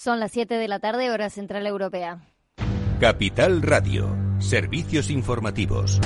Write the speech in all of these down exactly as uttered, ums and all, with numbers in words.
Son las siete de la tarde, hora central europea. Capital Radio, servicios informativos.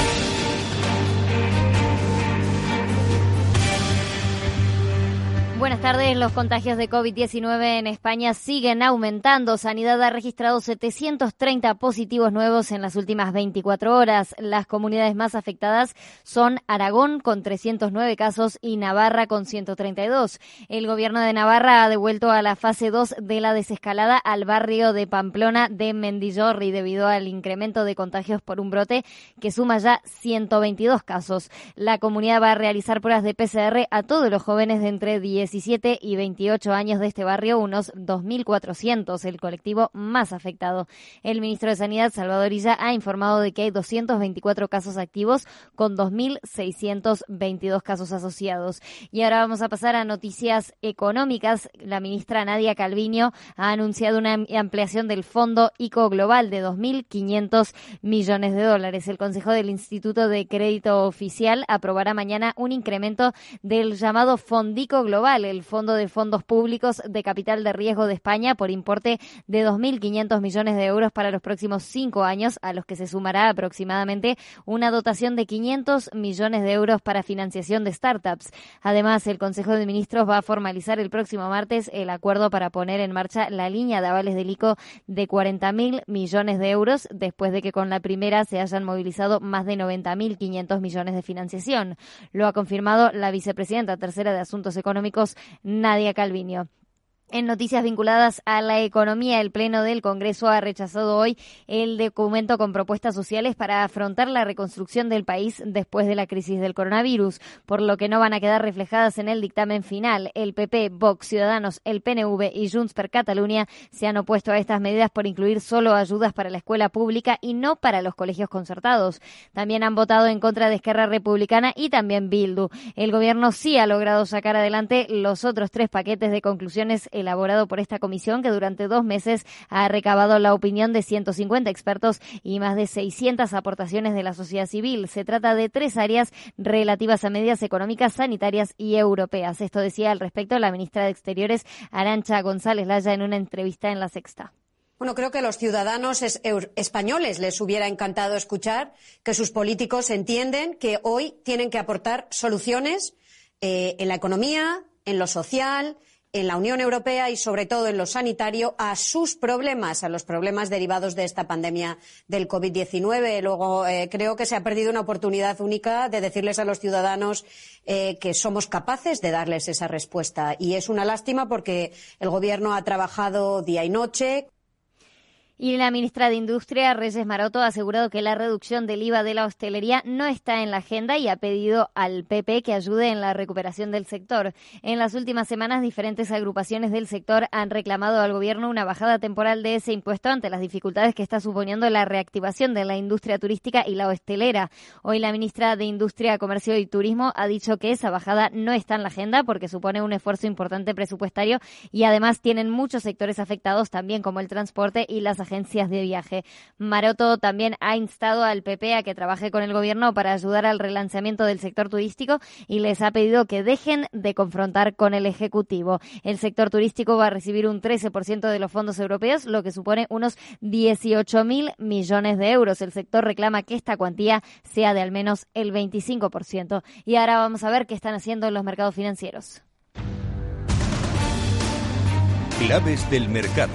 Buenas tardes. Los contagios de COVID diecinueve en España siguen aumentando. Sanidad ha registrado setecientos treinta positivos nuevos en las últimas veinticuatro horas. Las comunidades más afectadas son Aragón, con trescientos nueve casos, y Navarra, con ciento treinta y dos. El gobierno de Navarra ha devuelto a la fase dos de la desescalada al barrio de Pamplona de Mendillorri debido al incremento de contagios por un brote que suma ya ciento veintidós casos. La comunidad va a realizar pruebas de P C R a todos los jóvenes de entre diecisiete y veintiocho años de este barrio, unos dos mil cuatrocientos, el colectivo más afectado. El ministro de Sanidad, Salvador Illa, ha informado de que hay doscientos veinticuatro casos activos con dos mil seiscientos veintidós casos asociados. Y ahora vamos a pasar a noticias económicas. La ministra Nadia Calviño ha anunciado una ampliación del Fondo ICO Global de dos mil quinientos millones de dólares. El Consejo del Instituto de Crédito Oficial aprobará mañana un incremento del llamado Fondico Global, el Fondo de Fondos Públicos de Capital de Riesgo de España, por importe de dos mil quinientos millones de euros para los próximos cinco años, a los que se sumará aproximadamente una dotación de quinientos millones de euros para financiación de startups. Además, el Consejo de Ministros va a formalizar el próximo martes el acuerdo para poner en marcha la línea de avales del ICO de cuarenta mil millones de euros, después de que con la primera se hayan movilizado más de noventa mil quinientos millones de financiación. Lo ha confirmado la vicepresidenta tercera de Asuntos Económicos, Nadia Calviño. En noticias vinculadas a la economía, el Pleno del Congreso ha rechazado hoy el documento con propuestas sociales para afrontar la reconstrucción del país después de la crisis del coronavirus, por lo que no van a quedar reflejadas en el dictamen final. El P P, Vox, Ciudadanos, el P N V y Junts per Catalunya se han opuesto a estas medidas por incluir solo ayudas para la escuela pública y no para los colegios concertados. También han votado en contra de Esquerra Republicana y también Bildu. El gobierno sí ha logrado sacar adelante los otros tres paquetes de conclusiones elaborado por esta comisión, que durante dos meses ha recabado la opinión de ciento cincuenta expertos y más de seiscientas aportaciones de la sociedad civil. Se trata de tres áreas relativas a medidas económicas, sanitarias y europeas. Esto decía al respecto la ministra de Exteriores, Arantxa González Laya, en una entrevista en La Sexta. Bueno, creo que a los ciudadanos es, españoles les hubiera encantado escuchar que sus políticos entienden que hoy tienen que aportar soluciones eh, en la economía, en lo social, en la Unión Europea y sobre todo en lo sanitario a sus problemas, a los problemas derivados de esta pandemia del COVID diecinueve. Luego eh, creo que se ha perdido una oportunidad única de decirles a los ciudadanos eh, que somos capaces de darles esa respuesta. Y es una lástima porque el Gobierno ha trabajado día y noche. Y la ministra de Industria, Reyes Maroto, ha asegurado que la reducción del I V A de la hostelería no está en la agenda y ha pedido al P P que ayude en la recuperación del sector. En las últimas semanas, diferentes agrupaciones del sector han reclamado al gobierno una bajada temporal de ese impuesto ante las dificultades que está suponiendo la reactivación de la industria turística y la hostelera. Hoy la ministra de Industria, Comercio y Turismo ha dicho que esa bajada no está en la agenda porque supone un esfuerzo importante presupuestario y además tienen muchos sectores afectados también, como el transporte y las agencias de viaje. Maroto también ha instado al P P a que trabaje con el gobierno para ayudar al relanzamiento del sector turístico y les ha pedido que dejen de confrontar con el Ejecutivo. El sector turístico va a recibir un trece por ciento de los fondos europeos, lo que supone unos dieciocho mil millones de euros. El sector reclama que esta cuantía sea de al menos el veinticinco por ciento. Y ahora vamos a ver qué están haciendo los mercados financieros. Claves del mercado.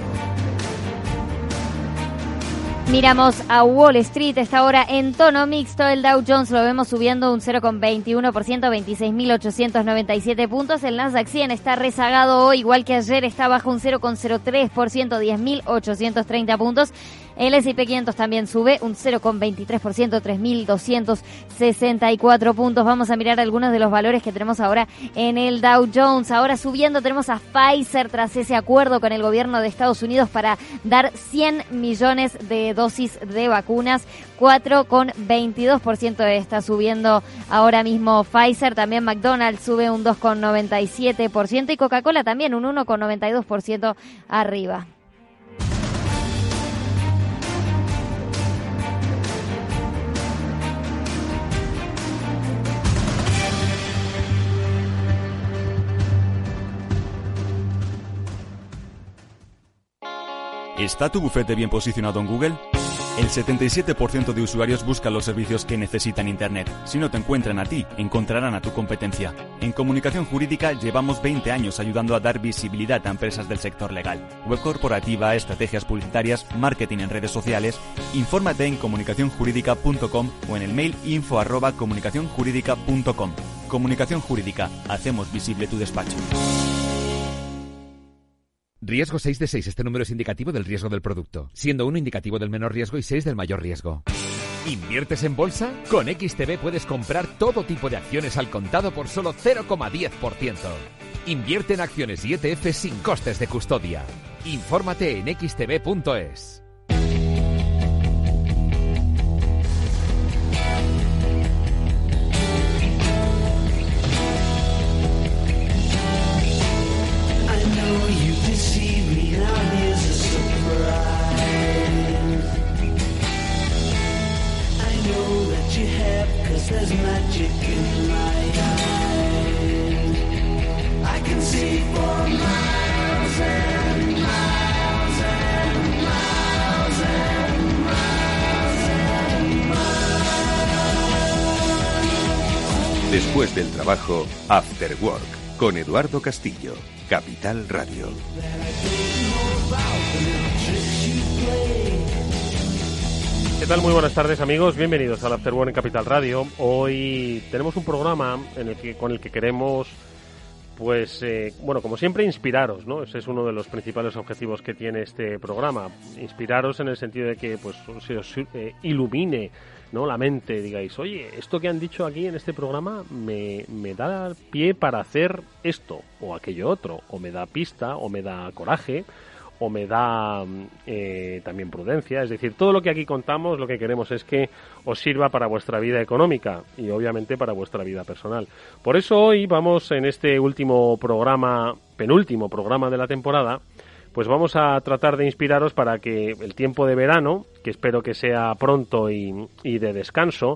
Miramos a Wall Street, esta hora en tono mixto. El Dow Jones lo vemos subiendo un cero coma veintiuno por ciento, veintiséis mil ochocientos noventa y siete puntos. El Nasdaq cien está rezagado hoy, igual que ayer, está bajo un cero coma cero tres por ciento, diez mil ochocientos treinta puntos. El ese y pe quinientos también sube un cero coma veintitrés por ciento, tres mil doscientos sesenta y cuatro puntos. Vamos a mirar algunos de los valores que tenemos ahora en el Dow Jones. Ahora subiendo tenemos a Pfizer tras ese acuerdo con el gobierno de Estados Unidos para dar cien millones de dosis de vacunas. cuatro coma veintidós por ciento está subiendo ahora mismo Pfizer. También McDonald's sube un dos coma noventa y siete por ciento y Coca-Cola también un uno coma noventa y dos por ciento arriba. ¿Está tu bufete bien posicionado en Google? El setenta y siete por ciento de usuarios buscan los servicios que necesitan Internet. Si no te encuentran a ti, encontrarán a tu competencia. En Comunicación Jurídica llevamos veinte años ayudando a dar visibilidad a empresas del sector legal. Web corporativa, estrategias publicitarias, marketing en redes sociales. Infórmate en comunicación jurídica punto com o en el mail info arroba comunicación jurídica punto com. Comunicación Jurídica. Hacemos visible tu despacho. Riesgo seis de seis. Este número es indicativo del riesgo del producto, siendo uno indicativo del menor riesgo y seis del mayor riesgo. ¿Inviertes en bolsa? Con X T B puedes comprar todo tipo de acciones al contado por solo cero coma diez por ciento. Invierte en acciones y E T F sin costes de custodia. Infórmate en equis te be punto es. There's magic in my eyes. I can see for miles and miles and miles and miles and miles. Después del trabajo, After Work, con Eduardo Castillo, Capital Radio. ¿Qué tal? Muy buenas tardes, amigos. Bienvenidos al After Work en Capital Radio. Hoy tenemos un programa en el que, con el que queremos, pues, eh, bueno, como siempre, inspiraros, ¿no? Ese es uno de los principales objetivos que tiene este programa. Inspiraros en el sentido de que, pues, se os eh, ilumine, ¿no?, la mente. Digáis, oye, esto que han dicho aquí en este programa me, me da pie para hacer esto o aquello otro, o me da pista, o me da coraje, o me da eh, también prudencia. Es decir, todo lo que aquí contamos, lo que queremos es que os sirva para vuestra vida económica y obviamente para vuestra vida personal. Por eso hoy vamos, en este último programa, penúltimo programa de la temporada, pues vamos a tratar de inspiraros para que el tiempo de verano, que espero que sea pronto y, y de descanso,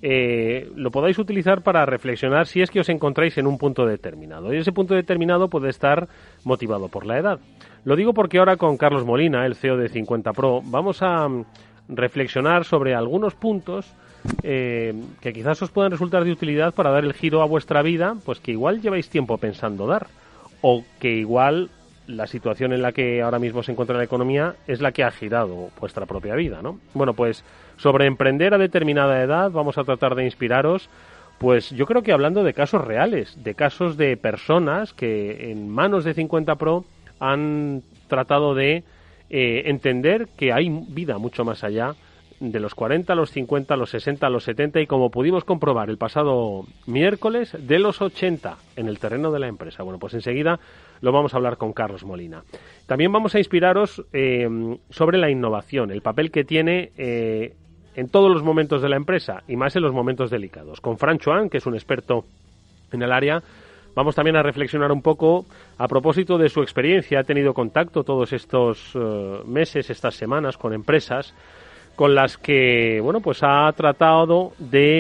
Eh, lo podáis utilizar para reflexionar si es que os encontráis en un punto determinado. Y ese punto determinado puede estar motivado por la edad. Lo digo porque ahora con Carlos Molina, el C E O de cincuenta Pro, vamos a reflexionar sobre algunos puntos eh, que quizás os puedan resultar de utilidad para dar el giro a vuestra vida, pues que igual lleváis tiempo pensando dar, o que igual la situación en la que ahora mismo se encuentra la economía es la que ha girado vuestra propia vida, ¿no? Bueno, pues sobre emprender a determinada edad vamos a tratar de inspiraros, pues yo creo que hablando de casos reales, de casos de personas que en manos de cincuenta Pro han tratado de eh, entender que hay vida mucho más allá de los cuarenta, los cincuenta, los sesenta, los setenta y, como pudimos comprobar el pasado miércoles, de los ochenta en el terreno de la empresa. Bueno, pues enseguida lo vamos a hablar con Carlos Molina. También vamos a inspiraros eh, sobre la innovación, el papel que tiene eh, en todos los momentos de la empresa y más en los momentos delicados. Con Fran Chuan, que es un experto en el área, vamos también a reflexionar un poco a propósito de su experiencia. Ha tenido contacto todos estos uh, meses, estas semanas, con empresas con las que, bueno, pues ha tratado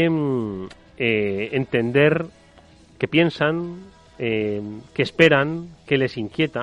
de eh, entender qué piensan, eh, qué esperan, qué les inquieta,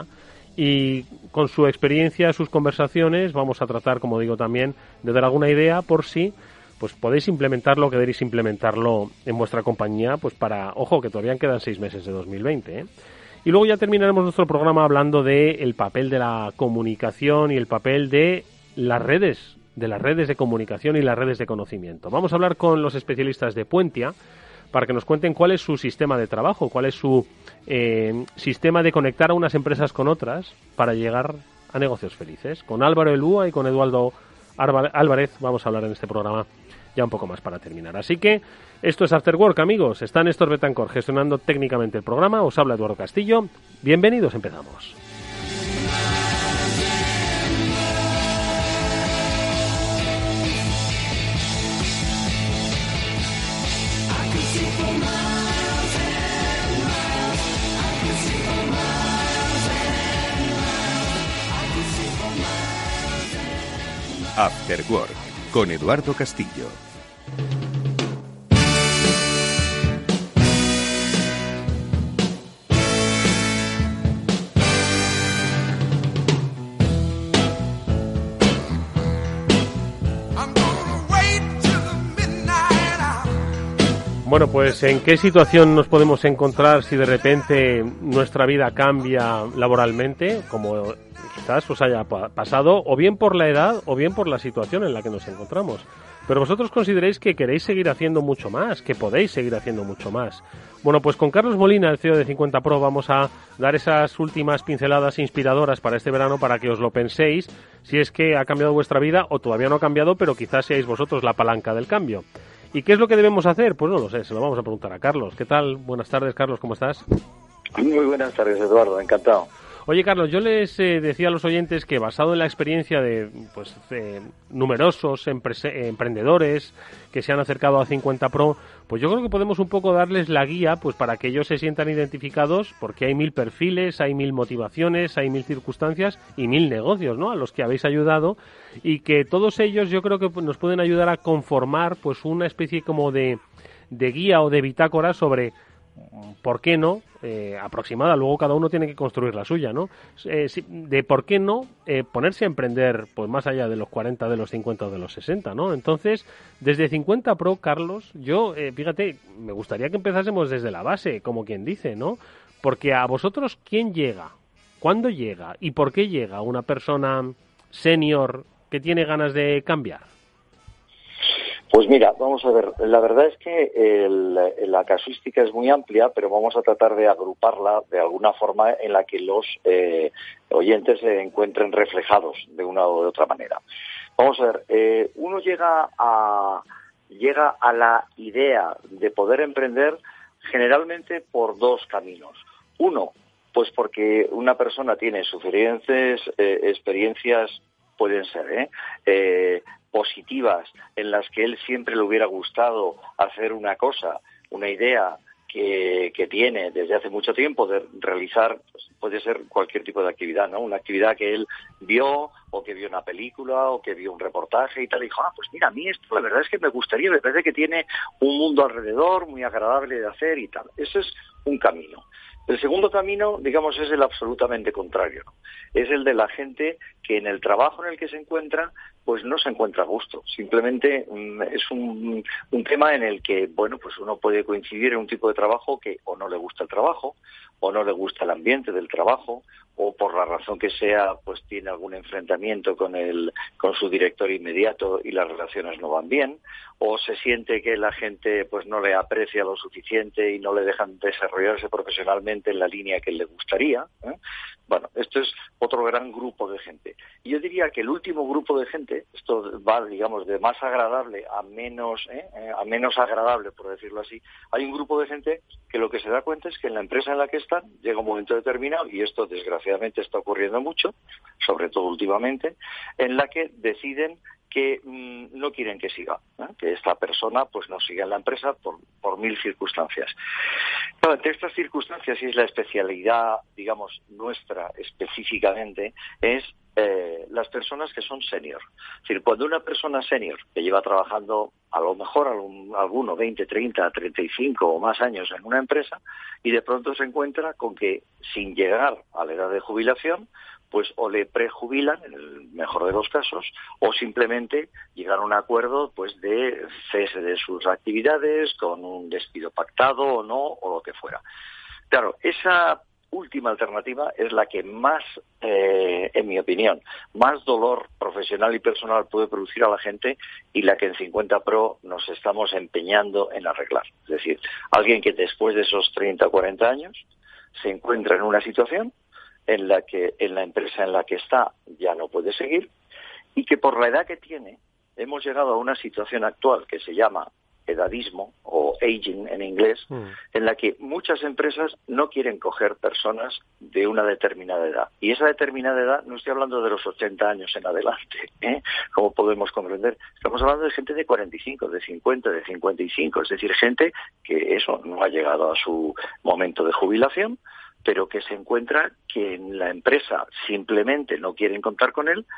y con su experiencia, sus conversaciones, vamos a tratar, como digo, también de dar alguna idea por si pues podéis implementarlo, queréis implementarlo en vuestra compañía, pues para, ojo, que todavía quedan seis meses de dos mil veinte, ¿eh? Y luego ya terminaremos nuestro programa hablando del papel de la comunicación y el papel de las redes, de las redes de comunicación y las redes de conocimiento. Vamos a hablar con los especialistas de Puentia para que nos cuenten cuál es su sistema de trabajo, cuál es su eh, sistema de conectar a unas empresas con otras para llegar a negocios felices. Con Álvaro Elúa y con Eduardo Álvarez vamos a hablar en este programa ya un poco más para terminar. Así que esto es After Work, amigos. Está Néstor Betancor gestionando técnicamente el programa. Os habla Eduardo Castillo. Bienvenidos, empezamos. After Work, con Eduardo Castillo. Bueno, pues ¿en qué situación nos podemos encontrar si de repente nuestra vida cambia laboralmente, como quizás os haya pa- pasado, o bien por la edad o bien por la situación en la que nos encontramos? Pero vosotros consideréis que queréis seguir haciendo mucho más, que podéis seguir haciendo mucho más. Bueno, pues con Carlos Molina, el C E O de cincuenta Pro, vamos a dar esas últimas pinceladas inspiradoras para este verano para que os lo penséis, si es que ha cambiado vuestra vida o todavía no ha cambiado, pero quizás seáis vosotros la palanca del cambio. ¿Y qué es lo que debemos hacer? Pues no lo sé, se lo vamos a preguntar a Carlos. ¿Qué tal? Buenas tardes, Carlos, ¿cómo estás? Muy buenas tardes, Eduardo, encantado. Oye, Carlos, yo les eh, decía a los oyentes que basado en la experiencia de pues eh, numerosos emprese- emprendedores que se han acercado a cincuenta Pro, pues yo creo que podemos un poco darles la guía pues para que ellos se sientan identificados, porque hay mil perfiles, hay mil motivaciones, hay mil circunstancias y mil negocios, ¿no?, a los que habéis ayudado, y que todos ellos yo creo que nos pueden ayudar a conformar pues una especie como de, de guía o de bitácora sobre por qué no, eh, aproximada, luego cada uno tiene que construir la suya, ¿no? Eh, si, de por qué no eh, ponerse a emprender pues más allá de los cuarenta, de los cincuenta o de los sesenta, ¿no? Entonces, desde cincuenta Pro, Carlos, yo, eh, fíjate, me gustaría que empezásemos desde la base, como quien dice, ¿no? Porque a vosotros, ¿quién llega? ¿Cuándo llega? ¿Y por qué llega una persona senior que tiene ganas de cambiar? Pues mira, vamos a ver, la verdad es que el, la casuística es muy amplia, pero vamos a tratar de agruparla de alguna forma en la que los eh, oyentes se encuentren reflejados de una o de otra manera. Vamos a ver, eh, uno llega a, llega a la idea de poder emprender generalmente por dos caminos. Uno, pues porque una persona tiene suficientes eh, experiencias, pueden ser, ¿eh? eh positivas, en las que él siempre le hubiera gustado hacer una cosa, una idea que, que tiene desde hace mucho tiempo de realizar, pues puede ser cualquier tipo de actividad, ¿no? Una actividad que él vio, o que vio una película, o que vio un reportaje y tal, y dijo, ah, pues mira, a mí esto la verdad es que me gustaría, me parece que tiene un mundo alrededor muy agradable de hacer y tal. Ese es un camino. El segundo camino, digamos, es el absolutamente contrario, ¿no? Es el de la gente que en el trabajo en el que se encuentra, pues no se encuentra a gusto. Simplemente mm, es un, un tema en el que, bueno, pues uno puede coincidir en un tipo de trabajo que o no le gusta el trabajo, o no le gusta el ambiente del trabajo, o por la razón que sea, pues tiene algún enfrentamiento con el, con su director inmediato y las relaciones no van bien, o se siente que la gente pues no le aprecia lo suficiente y no le dejan desarrollarse profesionalmente en la línea que le gustaría, ¿eh? Bueno, esto es otro gran grupo de gente. Y yo diría que el último grupo de gente, esto va, digamos, de más agradable a menos, ¿eh? a menos agradable, por decirlo así. Hay un grupo de gente que lo que se da cuenta es que en la empresa en la que están llega un momento determinado, y esto desgraciadamente está ocurriendo mucho, sobre todo últimamente, en la que deciden que mmm, no quieren que siga, ¿eh? que esta persona pues no siga en la empresa por, por mil circunstancias. Pero entre estas circunstancias, y es la especialidad, digamos, nuestra específicamente, es eh, las personas que son senior. Es decir, cuando una persona senior que lleva trabajando a lo mejor algún, alguno veinte, treinta, treinta y cinco o más años en una empresa, y de pronto se encuentra con que sin llegar a la edad de jubilación, pues o le prejubilan, en el mejor de los casos, o simplemente llegar a un acuerdo pues de cese de sus actividades, con un despido pactado o no, o lo que fuera. Claro, esa última alternativa es la que más, eh, en mi opinión, más dolor profesional y personal puede producir a la gente, y la que en cincuenta Pro nos estamos empeñando en arreglar. Es decir, alguien que después de esos treinta o cuarenta años se encuentra en una situación en la que en la empresa en la que está ya no puede seguir, y que por la edad que tiene hemos llegado a una situación actual que se llama edadismo o aging en inglés, mm. en la que muchas empresas no quieren coger personas de una determinada edad. Y esa determinada edad, no estoy hablando de los ochenta años en adelante, ¿eh? Como podemos comprender. Estamos hablando de gente de cuarenta y cinco, de cincuenta, de cincuenta y cinco, es decir, gente que eso no ha llegado a su momento de jubilación, pero que se encuentra que en la empresa simplemente no quieren contar con él,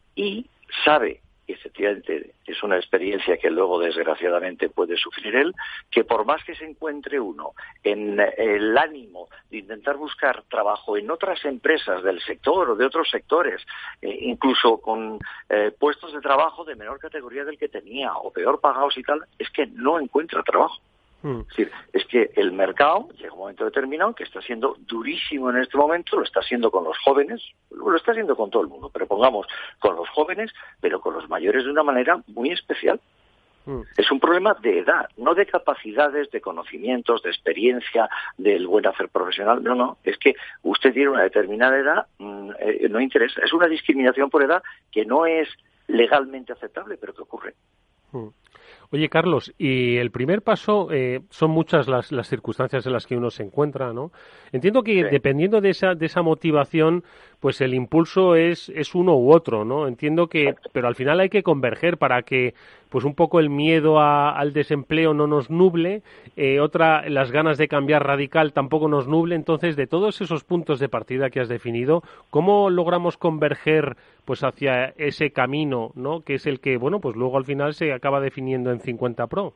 y sabe, y efectivamente es una experiencia que luego desgraciadamente puede sufrir él, que por más que se encuentre uno en el ánimo de intentar buscar trabajo en otras empresas del sector o de otros sectores, eh, incluso con eh, puestos de trabajo de menor categoría del que tenía o peor pagados y tal, es que no encuentra trabajo. Mm. Es decir, es que el mercado llega un momento determinado que está siendo durísimo en este momento, lo está haciendo con los jóvenes, lo está haciendo con todo el mundo, pero pongamos con los jóvenes, pero con los mayores de una manera muy especial. Mm. Es un problema de edad, no de capacidades, de conocimientos, de experiencia, del buen hacer profesional. No, no, es que usted tiene una determinada edad, mmm, eh, no interesa. Es una discriminación por edad que no es legalmente aceptable, pero que ocurre. Mm. Oye, Carlos, y el primer paso, eh, son muchas las, las circunstancias en las que uno se encuentra, ¿no? Entiendo que sí. dependiendo de esa, de esa motivación, pues el impulso es, es uno u otro, ¿no? Entiendo que, pero al final hay que converger para que, pues un poco el miedo a, al desempleo no nos nuble, eh, otra, las ganas de cambiar radical tampoco nos nuble. Entonces, de todos esos puntos de partida que has definido, ¿cómo logramos converger, pues hacia ese camino, ¿no? Que es el que, bueno, pues luego al final se acaba definiendo en cincuenta Pro.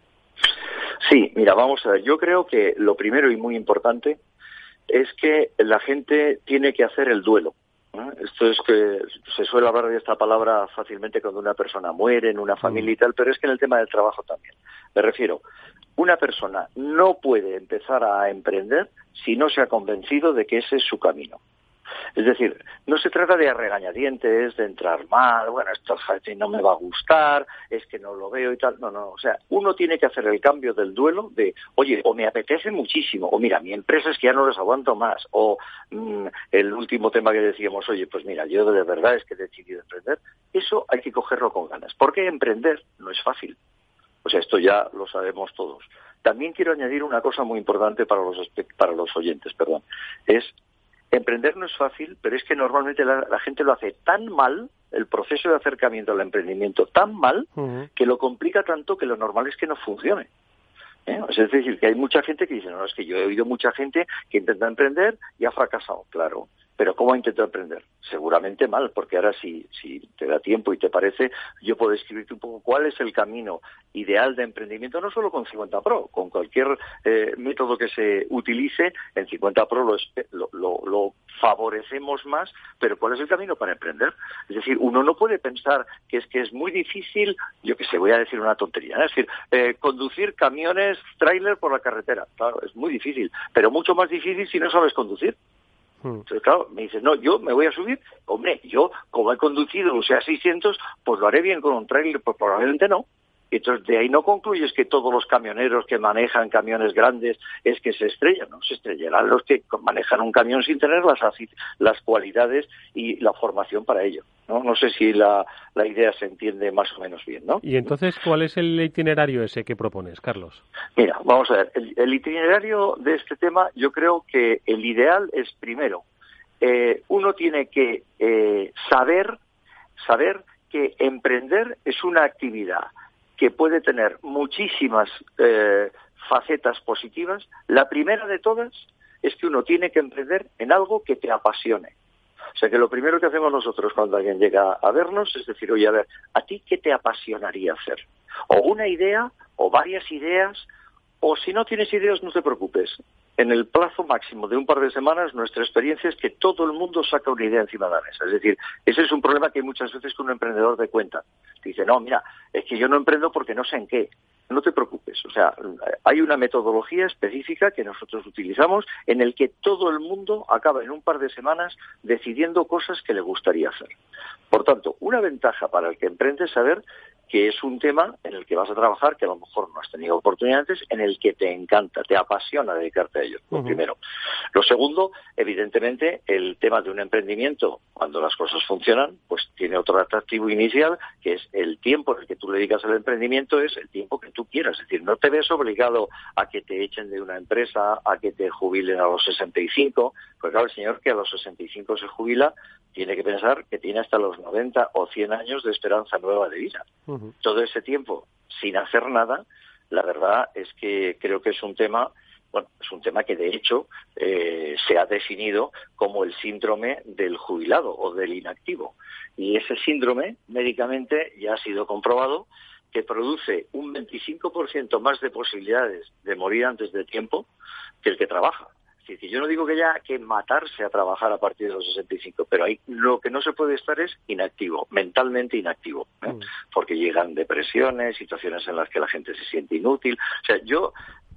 Sí, mira, vamos a ver. Yo creo que lo primero y muy importante es que la gente tiene que hacer el duelo. ¿no? Esto es que se suele hablar de esta palabra fácilmente cuando una persona muere en una familia y tal, pero es que en el tema del trabajo también. Me refiero, una persona no puede empezar a emprender si no se ha convencido de que ese es su camino. Es decir, no se trata de a regañadientes, de entrar mal, bueno, esto no me va a gustar, es que no lo veo y tal. No, no, o sea, uno tiene que hacer el cambio del duelo de, oye, o me apetece muchísimo, o mira, mi empresa es que ya no les aguanto más, o mmm, el último tema que decíamos, oye, pues mira, yo de verdad es que he decidido emprender. Eso hay que cogerlo con ganas, porque emprender no es fácil. O sea, esto ya lo sabemos todos. También quiero añadir una cosa muy importante para los, para los oyentes, perdón, es emprender no es fácil, pero es que normalmente la, la gente lo hace tan mal, el proceso de acercamiento al emprendimiento tan mal, uh-huh. que lo complica tanto que lo normal es que no funcione. ¿Eh? Es decir, que hay mucha gente que dice, no, es que yo he oído mucha gente que intenta emprender y ha fracasado, claro. Pero ¿cómo ha intentado emprender? Seguramente mal, porque ahora si, si te da tiempo y te parece, yo puedo describirte un poco cuál es el camino ideal de emprendimiento, no solo con cincuenta Pro, con cualquier eh, método que se utilice, en cincuenta Pro lo, lo, lo, lo favorecemos más, pero ¿cuál es el camino para emprender? Es decir, uno no puede pensar que es que es muy difícil, yo que sé, voy a decir una tontería, ¿eh? es decir, eh, conducir camiones, tráiler por la carretera, claro, es muy difícil, pero mucho más difícil si no sabes conducir. Entonces, claro, me dices, no, yo me voy a subir, hombre, yo, como he conducido un SEAT seiscientos, pues lo haré bien con un tráiler, pues probablemente no. Entonces, de ahí no concluyes que todos los camioneros que manejan camiones grandes es que se estrellan, ¿no? Se estrellarán los que manejan un camión sin tener las, las cualidades y la formación para ello, ¿no? No sé si la, la idea se entiende más o menos bien, ¿no? Y entonces, ¿cuál es el itinerario ese que propones, Carlos? Mira, vamos a ver, el, el itinerario de este tema, yo creo que el ideal es, primero, eh, uno tiene que eh, saber, saber que emprender es una actividad que puede tener muchísimas eh, facetas positivas. La primera de todas es que uno tiene que emprender en algo que te apasione. O sea que lo primero que hacemos nosotros cuando alguien llega a vernos es decir, oye, a ver, ¿a ti qué te apasionaría hacer? O una idea, o varias ideas, o si no tienes ideas, no te preocupes. En el plazo máximo de un par de semanas, nuestra experiencia es que todo el mundo saca una idea encima de la mesa. Es decir, ese es un problema que hay muchas veces que un emprendedor te cuenta. Te dice, no, mira, es que yo no emprendo porque no sé en qué. No te preocupes. O sea, hay una metodología específica que nosotros utilizamos en el que todo el mundo acaba en un par de semanas decidiendo cosas que le gustaría hacer. Por tanto, una ventaja para el que emprende es saber que es un tema en el que vas a trabajar, que a lo mejor no has tenido oportunidad antes, en el que te encanta, te apasiona dedicarte a ello, lo uh-huh. primero. Lo segundo, evidentemente, el tema de un emprendimiento, cuando las cosas funcionan, pues tiene otro atractivo inicial, que es el tiempo en el que tú le dedicas al emprendimiento, es el tiempo que tú quieras. Es decir, no te ves obligado a que te echen de una empresa, a que te jubilen a los sesenta y cinco, pues claro, el señor que a los sesenta y cinco se jubila, tiene que pensar que tiene hasta los noventa o cien años de esperanza nueva de vida. Uh-huh. Todo ese tiempo sin hacer nada, la verdad es que creo que es un tema, bueno, es un tema que de hecho eh, se ha definido como el síndrome del jubilado o del inactivo. Y ese síndrome médicamente ya ha sido comprobado que produce un veinticinco por ciento más de posibilidades de morir antes de tiempo que el que trabaja. Es decir, yo no digo que haya que matarse a trabajar a partir de los sesenta y cinco, pero ahí lo que no se puede estar es inactivo, mentalmente inactivo, ¿eh? Mm. Porque llegan depresiones, situaciones en las que la gente se siente inútil. O sea, yo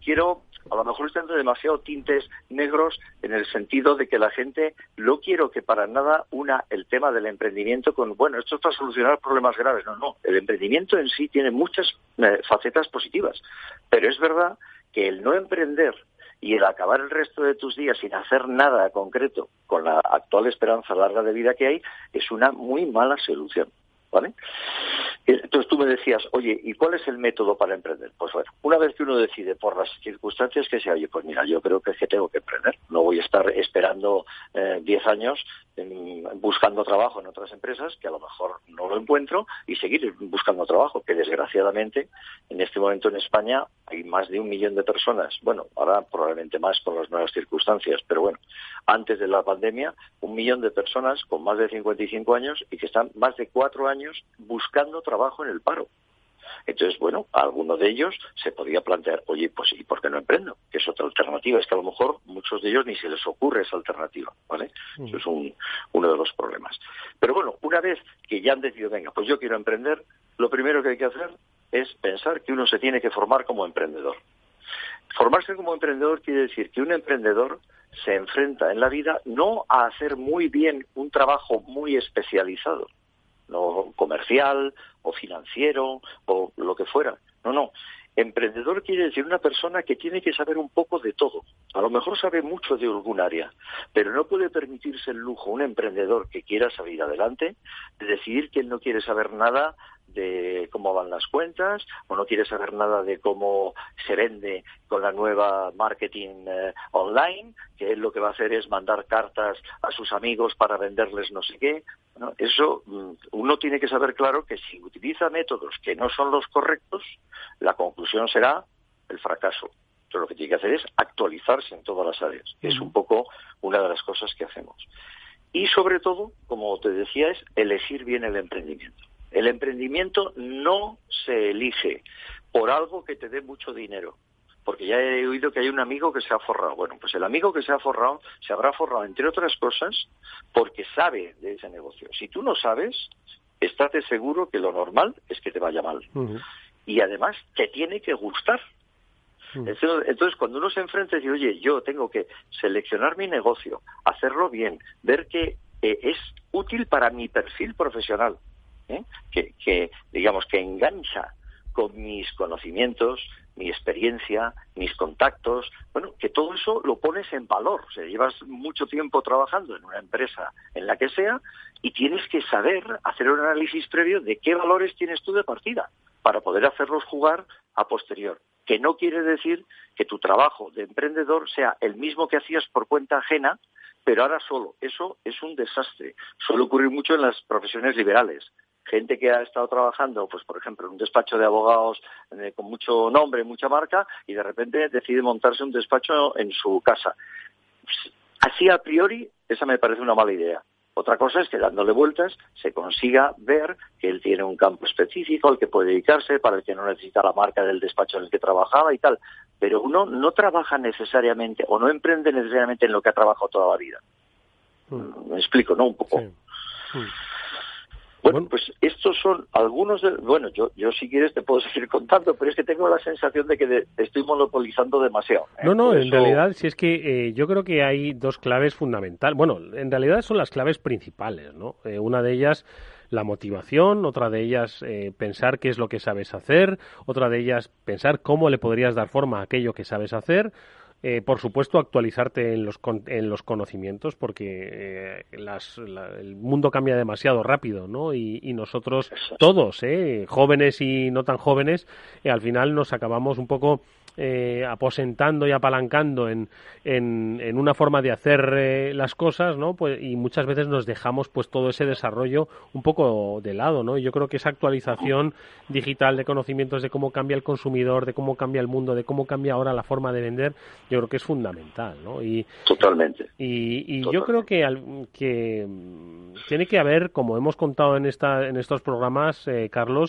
quiero, a lo mejor están demasiado tintes negros en el sentido de que la gente no quiero que para nada una el tema del emprendimiento con, bueno, esto es para solucionar problemas graves. No, no, el emprendimiento en sí tiene muchas eh, facetas positivas, pero es verdad que el no emprender y el acabar el resto de tus días sin hacer nada concreto con la actual esperanza larga de vida que hay es una muy mala solución, ¿vale? Entonces tú me decías, oye, ¿y cuál es el método para emprender? Pues bueno, una vez que uno decide por las circunstancias que sea, oye, pues mira, yo creo que es que tengo que emprender. No voy a estar esperando diez eh, años en, buscando trabajo en otras empresas, que a lo mejor no lo encuentro, y seguir buscando trabajo, que desgraciadamente en este momento en España hay más de un millón de personas. Bueno, ahora probablemente más por las nuevas circunstancias, pero bueno, antes de la pandemia, un millón de personas con más de cincuenta y cinco años y que están más de cuatro años buscando trabajo trabajo en el paro. Entonces, bueno, a alguno de ellos se podría plantear, oye, pues ¿y por qué no emprendo? Que es otra alternativa. Es que a lo mejor muchos de ellos ni se les ocurre esa alternativa, ¿vale? Mm. Eso es un, uno de los problemas. Pero bueno, una vez que ya han decidido, venga, pues yo quiero emprender, lo primero que hay que hacer es pensar que uno se tiene que formar como emprendedor. Formarse como emprendedor quiere decir que un emprendedor se enfrenta en la vida no a hacer muy bien un trabajo muy especializado, no comercial o financiero o lo que fuera. No, no. Emprendedor quiere decir una persona que tiene que saber un poco de todo. A lo mejor sabe mucho de algún área, pero no puede permitirse el lujo, un emprendedor que quiera salir adelante, de decidir que él no quiere saber nada de cómo van las cuentas o no quiere saber nada de cómo se vende con la nueva marketing eh, online, que él lo que va a hacer es mandar cartas a sus amigos para venderles no sé qué. ¿No? Eso uno tiene que saber claro que si utiliza métodos que no son los correctos, la conclusión será el fracaso. Pero lo que tiene que hacer es actualizarse en todas las áreas. Uh-huh. Es un poco una de las cosas que hacemos. Y sobre todo, como te decía, es elegir bien el emprendimiento. El emprendimiento no se elige por algo que te dé mucho dinero, porque ya he oído que hay un amigo que se ha forrado. Bueno, pues el amigo que se ha forrado se habrá forrado, entre otras cosas, porque sabe de ese negocio. Si tú no sabes, estate seguro que lo normal es que te vaya mal. Uh-huh. Y además te tiene que gustar. Uh-huh. Entonces, cuando uno se enfrenta y dice, oye, yo tengo que seleccionar mi negocio, hacerlo bien, ver que eh, es útil para mi perfil profesional, ¿eh? que, que, digamos, que engancha con mis conocimientos, mi experiencia, mis contactos, bueno, que todo eso lo pones en valor. O sea, llevas mucho tiempo trabajando en una empresa, en la que sea, y tienes que saber hacer un análisis previo de qué valores tienes tú de partida para poder hacerlos jugar a posterior. Que no quiere decir que tu trabajo de emprendedor sea el mismo que hacías por cuenta ajena, pero ahora solo. Eso es un desastre. Suele ocurrir mucho en las profesiones liberales. Gente que ha estado trabajando, pues por ejemplo, en un despacho de abogados eh, con mucho nombre, mucha marca, y de repente decide montarse un despacho en su casa. Pues, así a priori, esa me parece una mala idea. Otra cosa es que dándole vueltas se consiga ver que él tiene un campo específico al que puede dedicarse, para el que no necesita la marca del despacho en el que trabajaba y tal. Pero uno no trabaja necesariamente o no emprende necesariamente en lo que ha trabajado toda la vida. Mm. Me explico, ¿no? Un poco. Sí. Mm. Bueno, pues estos son algunos de... Bueno, yo yo si quieres te puedo seguir contando, pero es que tengo la sensación de que de, estoy monopolizando demasiado. ¿eh? No, no, Por en eso... realidad, si es que eh, yo creo que hay dos claves fundamentales. Bueno, en realidad son las claves principales, ¿no? Eh, una de ellas, la motivación, otra de ellas, eh, pensar qué es lo que sabes hacer, otra de ellas, pensar cómo le podrías dar forma a aquello que sabes hacer. Eh, por supuesto, actualizarte en los, con, en los conocimientos, porque eh, las, la, el mundo cambia demasiado rápido, ¿no? Y, y nosotros todos, eh, jóvenes y no tan jóvenes, eh, al final nos acabamos un poco eh, aposentando y apalancando en, en, en una forma de hacer eh, las cosas, ¿no? Pues, y muchas veces nos dejamos pues todo ese desarrollo un poco de lado, ¿no? Y yo creo que esa actualización digital de conocimientos de cómo cambia el consumidor, de cómo cambia el mundo, de cómo cambia ahora la forma de vender, yo creo que es fundamental, ¿no? Y, Totalmente. Y, y Totalmente. yo creo que, al, que tiene que haber, como hemos contado en esta en estos programas, eh, Carlos,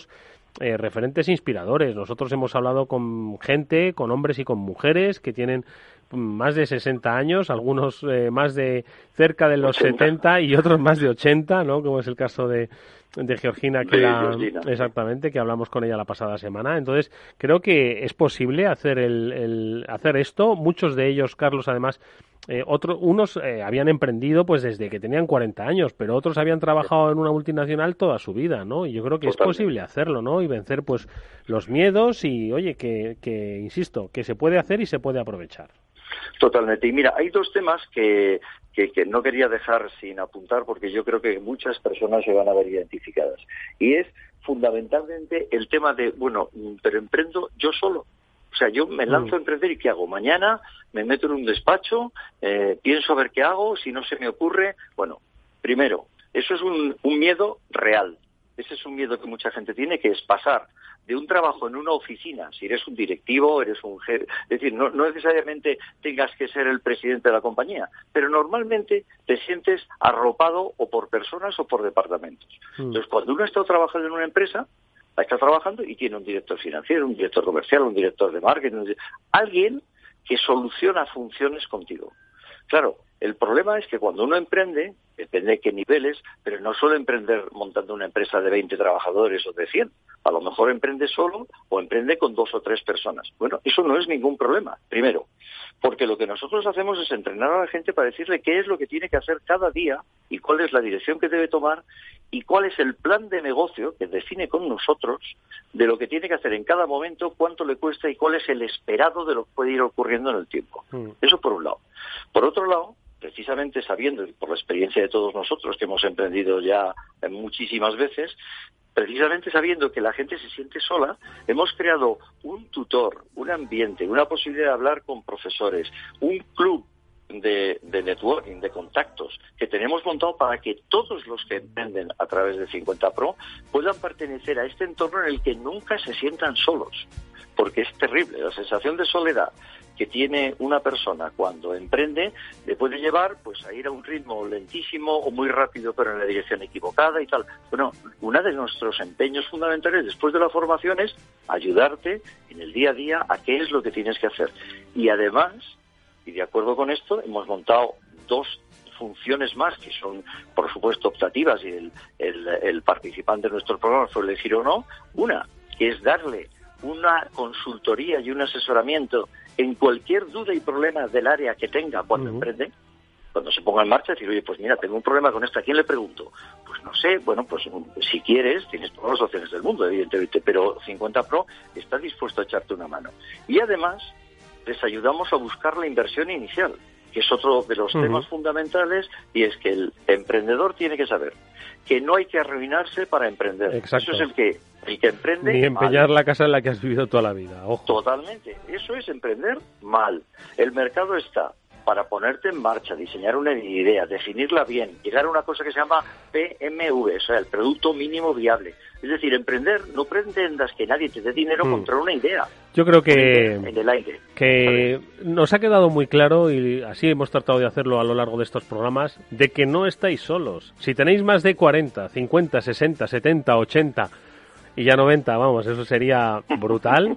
eh, referentes inspiradores. Nosotros hemos hablado con gente, con hombres y con mujeres que tienen más de sesenta años, algunos eh, más de cerca de los ochenta. setenta y otros más de ochenta, ¿no? Como es el caso de, de Georgina, que De la, Georgina. exactamente, que hablamos con ella la pasada semana. Entonces, creo que es posible hacer el, el hacer esto. Muchos de ellos, Carlos, además, eh, otros, unos eh, habían emprendido pues desde que tenían cuarenta años, pero otros habían trabajado en una multinacional toda su vida, ¿no? Y yo creo que Totalmente. es posible hacerlo, ¿no? Y vencer pues los miedos y, oye, que, que insisto, que se puede hacer y se puede aprovechar. Totalmente. Y mira, hay dos temas que, que, que no quería dejar sin apuntar porque yo creo que muchas personas se van a ver identificadas. Y es fundamentalmente el tema de, bueno, pero emprendo yo solo. O sea, yo me lanzo a emprender y ¿qué hago? Mañana me meto en un despacho, eh, pienso a ver qué hago, si no se me ocurre. Bueno, primero, eso es un, un miedo real. Ese es un miedo que mucha gente tiene, que es pasar de un trabajo en una oficina, si eres un directivo, eres un jefe, es decir, no, no necesariamente tengas que ser el presidente de la compañía, pero normalmente te sientes arropado o por personas o por departamentos. Mm. Entonces, cuando uno está trabajando en una empresa, está trabajando y tiene un director financiero, un director comercial, un director de marketing, alguien que soluciona funciones contigo. Claro, el problema es que cuando uno emprende, depende de qué niveles, pero no suele emprender montando una empresa de veinte trabajadores o de cien. A lo mejor emprende solo o emprende con dos o tres personas. Bueno, eso no es ningún problema, primero, porque lo que nosotros hacemos es entrenar a la gente para decirle qué es lo que tiene que hacer cada día y cuál es la dirección que debe tomar y cuál es el plan de negocio que define con nosotros de lo que tiene que hacer en cada momento, cuánto le cuesta y cuál es el esperado de lo que puede ir ocurriendo en el tiempo. Mm. Eso por un lado. Por otro lado, precisamente sabiendo, por la experiencia de todos nosotros que hemos emprendido ya muchísimas veces, precisamente sabiendo que la gente se siente sola, hemos creado un tutor, un ambiente, una posibilidad de hablar con profesores, un club de, de networking, de contactos, que tenemos montado para que todos los que emprenden a través de cincuenta Pro puedan pertenecer a este entorno en el que nunca se sientan solos, porque es terrible, la sensación de soledad que tiene una persona cuando emprende le puede llevar pues a ir a un ritmo lentísimo o muy rápido pero en la dirección equivocada y tal. Bueno, uno de nuestros empeños fundamentales después de la formación es ayudarte en el día a día a qué es lo que tienes que hacer. Y además, y de acuerdo con esto, hemos montado dos funciones más que son, por supuesto, optativas y el, el, el participante de nuestro programa suele decir o no. Una, que es darle una consultoría y un asesoramiento en cualquier duda y problema del área que tenga cuando uh-huh. emprende, cuando se ponga en marcha, decir, oye, pues mira, tengo un problema con esto, ¿a quién le pregunto? Pues no sé, bueno, pues si quieres, tienes todas las opciones del mundo, evidentemente, pero cincuenta Pro está dispuesto a echarte una mano. Y además, les ayudamos a buscar la inversión inicial, que es otro de los uh-huh. temas fundamentales, y es que el emprendedor tiene que saber que no hay que arruinarse para emprender. Exacto. Eso es el que el que emprende ni empeñar mal. La casa en la que has vivido toda la vida, ojo. Totalmente, eso es emprender mal. El mercado está para ponerte en marcha, diseñar una idea, definirla bien, llegar a una cosa que se llama P M V, o sea, el producto mínimo viable. Es decir, emprender, no pretendas que nadie te dé dinero mm. contra una idea. Yo creo que, en el aire. que nos ha quedado muy claro, y así hemos tratado de hacerlo a lo largo de estos programas, de que no estáis solos. Si tenéis más de cuarenta, cincuenta, sesenta, setenta, ochenta y ya noventa, vamos, eso sería brutal.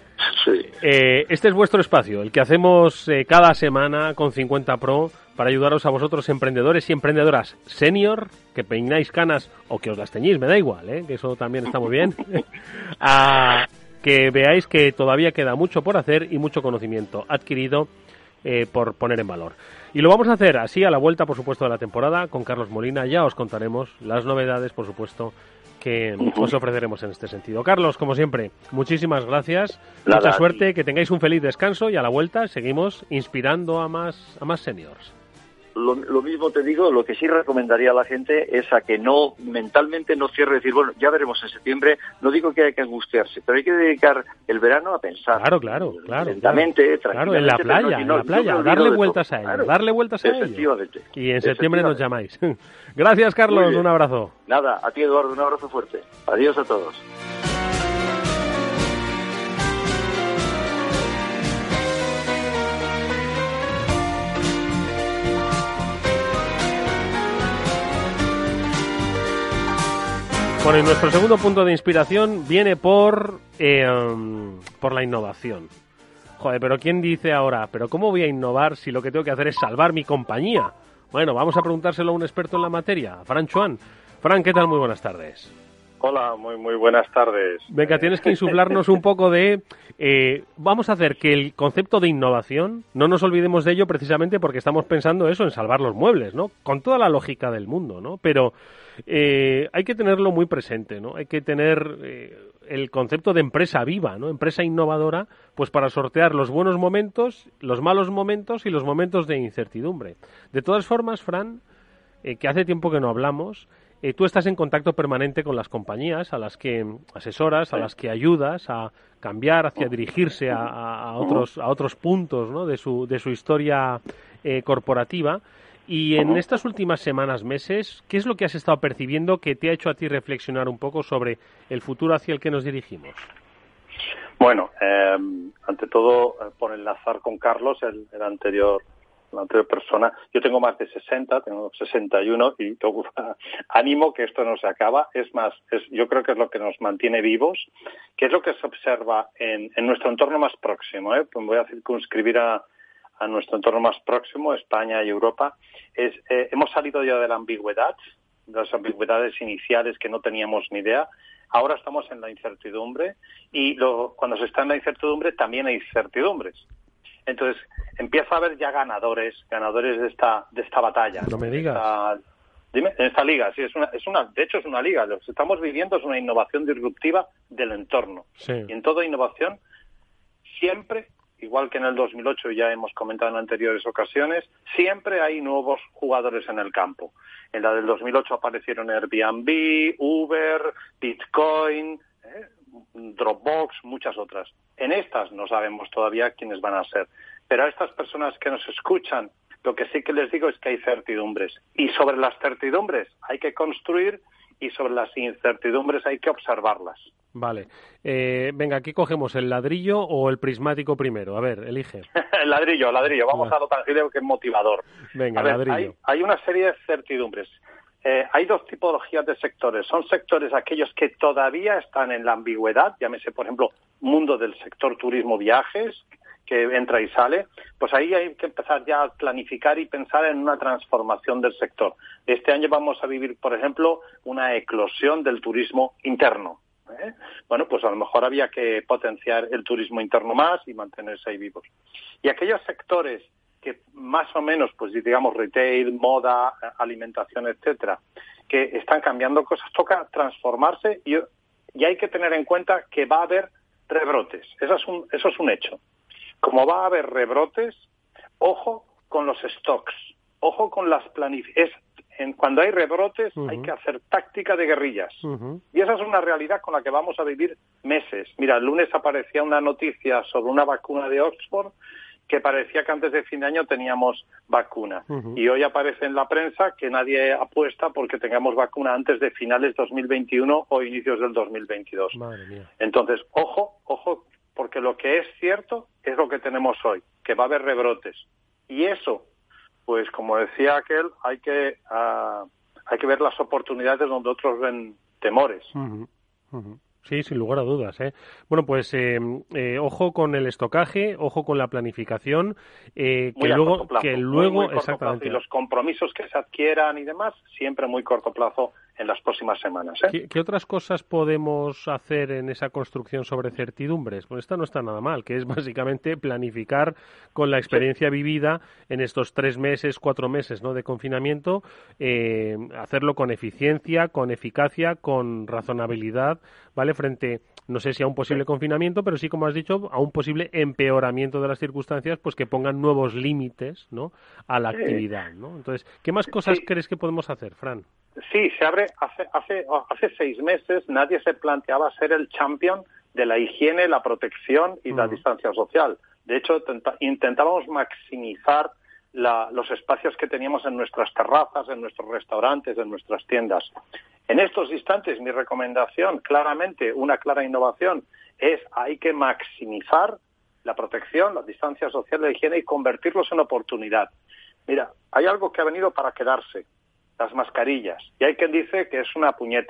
Sí. Eh, este es vuestro espacio, el que hacemos eh, cada semana con cincuenta Pro para ayudaros a vosotros, emprendedores y emprendedoras senior, que peináis canas o que os las teñís, me da igual, ¿eh? Que eso también está muy bien, a que veáis que todavía queda mucho por hacer y mucho conocimiento adquirido eh, por poner en valor. Y lo vamos a hacer así a la vuelta, por supuesto, de la temporada con Carlos Molina. Ya os contaremos las novedades, por supuesto, que os ofreceremos en este sentido. Carlos, como siempre, muchísimas gracias, Nada, mucha suerte, que tengáis un feliz descanso y a la vuelta seguimos inspirando a más a más seniors. Lo, lo mismo te digo, lo que sí recomendaría a la gente es a que no, mentalmente no cierre, decir, bueno, ya veremos en septiembre, no digo que hay que angustiarse, pero hay que dedicar el verano a pensar. Claro, claro, claro. Lentamente, claro, en la playa, no, en la playa, darle vueltas a ello, claro, darle vueltas a ello. Y en septiembre nos llamáis. Gracias, Carlos, un abrazo. Nada, a ti, Eduardo, un abrazo fuerte. Adiós a todos. Bueno, y nuestro segundo punto de inspiración viene por, eh, um, por la innovación. Joder, pero ¿quién dice ahora, pero cómo voy a innovar si lo que tengo que hacer es salvar mi compañía? Bueno, vamos a preguntárselo a un experto en la materia, Fran Chuan. Fran, ¿qué tal? Muy buenas tardes. Hola, muy muy buenas tardes. Venga, tienes que insuflarnos un poco de... Eh, vamos a hacer que el concepto de innovación, no nos olvidemos de ello precisamente porque estamos pensando eso en salvar los muebles, ¿no? Con toda la lógica del mundo, ¿no? Pero eh, hay que tenerlo muy presente, ¿no? Hay que tener eh, el concepto de empresa viva, ¿no? Empresa innovadora, pues para sortear los buenos momentos, los malos momentos y los momentos de incertidumbre. De todas formas, Fran, eh, que hace tiempo que no hablamos... Eh, tú estás en contacto permanente con las compañías a las que asesoras, a las que ayudas a cambiar, hacia dirigirse a, a, a otros a otros puntos, ¿no? de su de su historia eh, corporativa. Y en estas últimas semanas, meses, ¿qué es lo que has estado percibiendo que te ha hecho a ti reflexionar un poco sobre el futuro hacia el que nos dirigimos? Bueno, eh, ante todo, eh, por enlazar con Carlos, el, el anterior la anterior persona, yo tengo más de sesenta, tengo sesenta y uno y todo, ánimo que esto no se acaba. Es más, es, yo creo que es lo que nos mantiene vivos, que es lo que se observa en, en nuestro entorno más próximo. ¿eh? Pues voy a circunscribir a, a nuestro entorno más próximo, España y Europa. Es, eh, hemos salido ya de la ambigüedad, de las ambigüedades iniciales que no teníamos ni idea. Ahora estamos en la incertidumbre y lo, cuando se está en la incertidumbre también hay incertidumbres. Entonces, empieza a haber ya ganadores, ganadores de esta de esta batalla. No me digas. Esta, dime, en esta liga, sí, es una, es una, de hecho es una liga. Lo que estamos viviendo es una innovación disruptiva del entorno. Sí. Y en toda innovación, siempre, igual que en el dos mil ocho ya hemos comentado en anteriores ocasiones, siempre hay nuevos jugadores en el campo. En la del dos mil ocho aparecieron Airbnb, Uber, Bitcoin, ¿eh? Dropbox, muchas otras. En estas no sabemos todavía quiénes van a ser. Pero a estas personas que nos escuchan, lo que sí que les digo es que hay certidumbres. Y sobre las certidumbres hay que construir y sobre las incertidumbres hay que observarlas. Vale. Eh, venga, ¿aquí cogemos el ladrillo o el prismático primero? A ver, elige. El ladrillo, ladrillo. Vamos Ah. a lo tangible que es motivador. Venga, a ver, ladrillo. Hay, hay una serie de certidumbres. Eh, hay dos tipologías de sectores. Son sectores aquellos que todavía están en la ambigüedad, llámese, por ejemplo, mundo del sector turismo-viajes, que entra y sale. Pues ahí hay que empezar ya a planificar y pensar en una transformación del sector. Este año vamos a vivir, por ejemplo, una eclosión del turismo interno. ¿eh? Bueno, pues a lo mejor había que potenciar el turismo interno más y mantenerse ahí vivos. Y aquellos sectores que más o menos, pues digamos, retail, moda, alimentación, etcétera, que están cambiando cosas, toca transformarse y, y hay que tener en cuenta que va a haber rebrotes. Eso es un, eso es un hecho. Como va a haber rebrotes, ojo con los stocks, ojo con las planificaciones. Cuando hay rebrotes uh-huh. hay que hacer táctica de guerrillas. Uh-huh. Y esa es una realidad con la que vamos a vivir meses. Mira, el lunes aparecía una noticia sobre una vacuna de Oxford que parecía que antes de fin de año teníamos vacuna. Uh-huh. Y hoy aparece en la prensa que nadie apuesta porque tengamos vacuna antes de finales dos mil veintiuno o inicios del dos mil veintidós. Madre mía. Entonces, ojo, ojo, porque lo que es cierto es lo que tenemos hoy, que va a haber rebrotes. Y eso, pues como decía aquel, hay que uh, hay que ver las oportunidades donde otros ven temores. Uh-huh. Uh-huh. Sí, sin lugar a dudas, ¿eh? Bueno, pues eh, eh, ojo con el estocaje, ojo con la planificación, eh, que, luego, que luego, muy, muy exactamente. Plazo. Y los compromisos que se adquieran y demás, siempre muy corto plazo en las próximas semanas. ¿eh? ¿Qué, ¿Qué otras cosas podemos hacer en esa construcción sobre certidumbres? Pues esta no está nada mal, que es básicamente planificar con la experiencia sí. vivida en estos tres meses, cuatro meses, ¿no? de confinamiento, eh, hacerlo con eficiencia, con eficacia, con razonabilidad, ¿vale? Frente, no sé si a un posible sí. confinamiento, pero sí, como has dicho, a un posible empeoramiento de las circunstancias, pues que pongan nuevos límites, ¿no? a la sí. actividad, ¿no? Entonces, ¿qué más cosas sí. crees que podemos hacer, Fran? Sí, se abre hace, hace, hace seis meses nadie se planteaba ser el champion de la higiene, la protección y uh-huh. la distancia social. De hecho, tenta, intentábamos maximizar la, los espacios que teníamos en nuestras terrazas, en nuestros restaurantes, en nuestras tiendas. En estos instantes, mi recomendación, claramente, una clara innovación, es hay que maximizar la protección, la distancia social, la higiene y convertirlos en oportunidad. Mira, hay algo que ha venido para quedarse. Las mascarillas. Y hay quien dice que es una puñeta.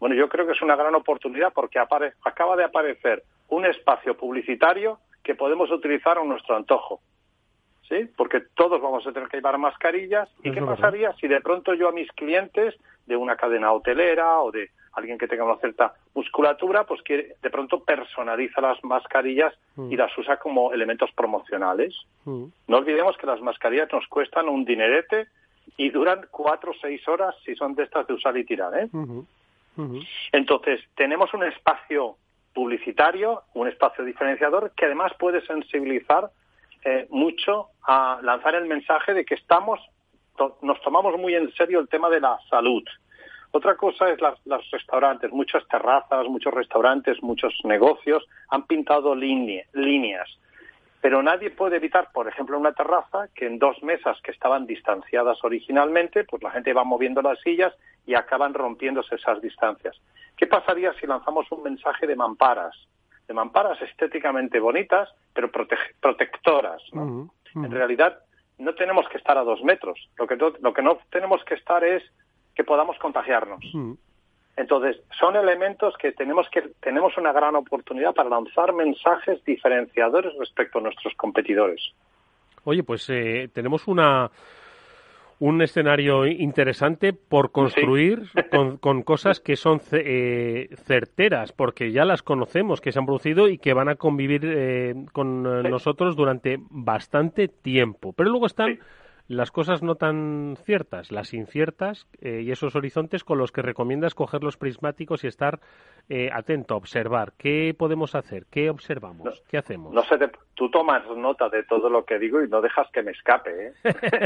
Bueno, yo creo que es una gran oportunidad porque apare- acaba de aparecer un espacio publicitario que podemos utilizar a nuestro antojo, ¿sí? Porque todos vamos a tener que llevar mascarillas. ¿Y Es qué verdad. pasaría si de pronto yo a mis clientes de una cadena hotelera o de alguien que tenga una cierta musculatura, pues que de pronto personaliza las mascarillas Mm. y las usa como elementos promocionales? Mm. No olvidemos que las mascarillas nos cuestan un dinerete y duran cuatro o seis horas si son de estas de usar y tirar, ¿eh? Ujú. Ujú. Entonces, tenemos un espacio publicitario, un espacio diferenciador que además puede sensibilizar eh, mucho a lanzar el mensaje de que estamos, to- nos tomamos muy en serio el tema de la salud. Otra cosa es las, los restaurantes, muchas terrazas, muchos restaurantes, muchos negocios han pintado línea- líneas. Pero nadie puede evitar, por ejemplo, en una terraza, que en dos mesas que estaban distanciadas originalmente, pues la gente va moviendo las sillas y acaban rompiéndose esas distancias. ¿Qué pasaría si lanzamos un mensaje de mamparas? De mamparas estéticamente bonitas, pero protege- protectoras, ¿no? Ujú. Ujú. En realidad, no tenemos que estar a dos metros. Lo que, no, lo que no tenemos que estar es que podamos contagiarnos. Ujú. Entonces, son elementos que tenemos que tenemos una gran oportunidad para lanzar mensajes diferenciadores respecto a nuestros competidores. Oye, pues eh, tenemos una un escenario interesante por construir con, con cosas que son ce- eh, certeras, porque ya las conocemos, que se han producido y que van a convivir eh, con eh, Sí. nosotros durante bastante tiempo. Pero luego están Sí. las cosas no tan ciertas, las inciertas eh, y esos horizontes con los que recomiendas coger los prismáticos y estar eh, atento, observar. ¿Qué podemos hacer? ¿Qué observamos? No, ¿Qué hacemos? No sé, te- tú tomas nota de todo lo que digo y no dejas que me escape, ¿eh?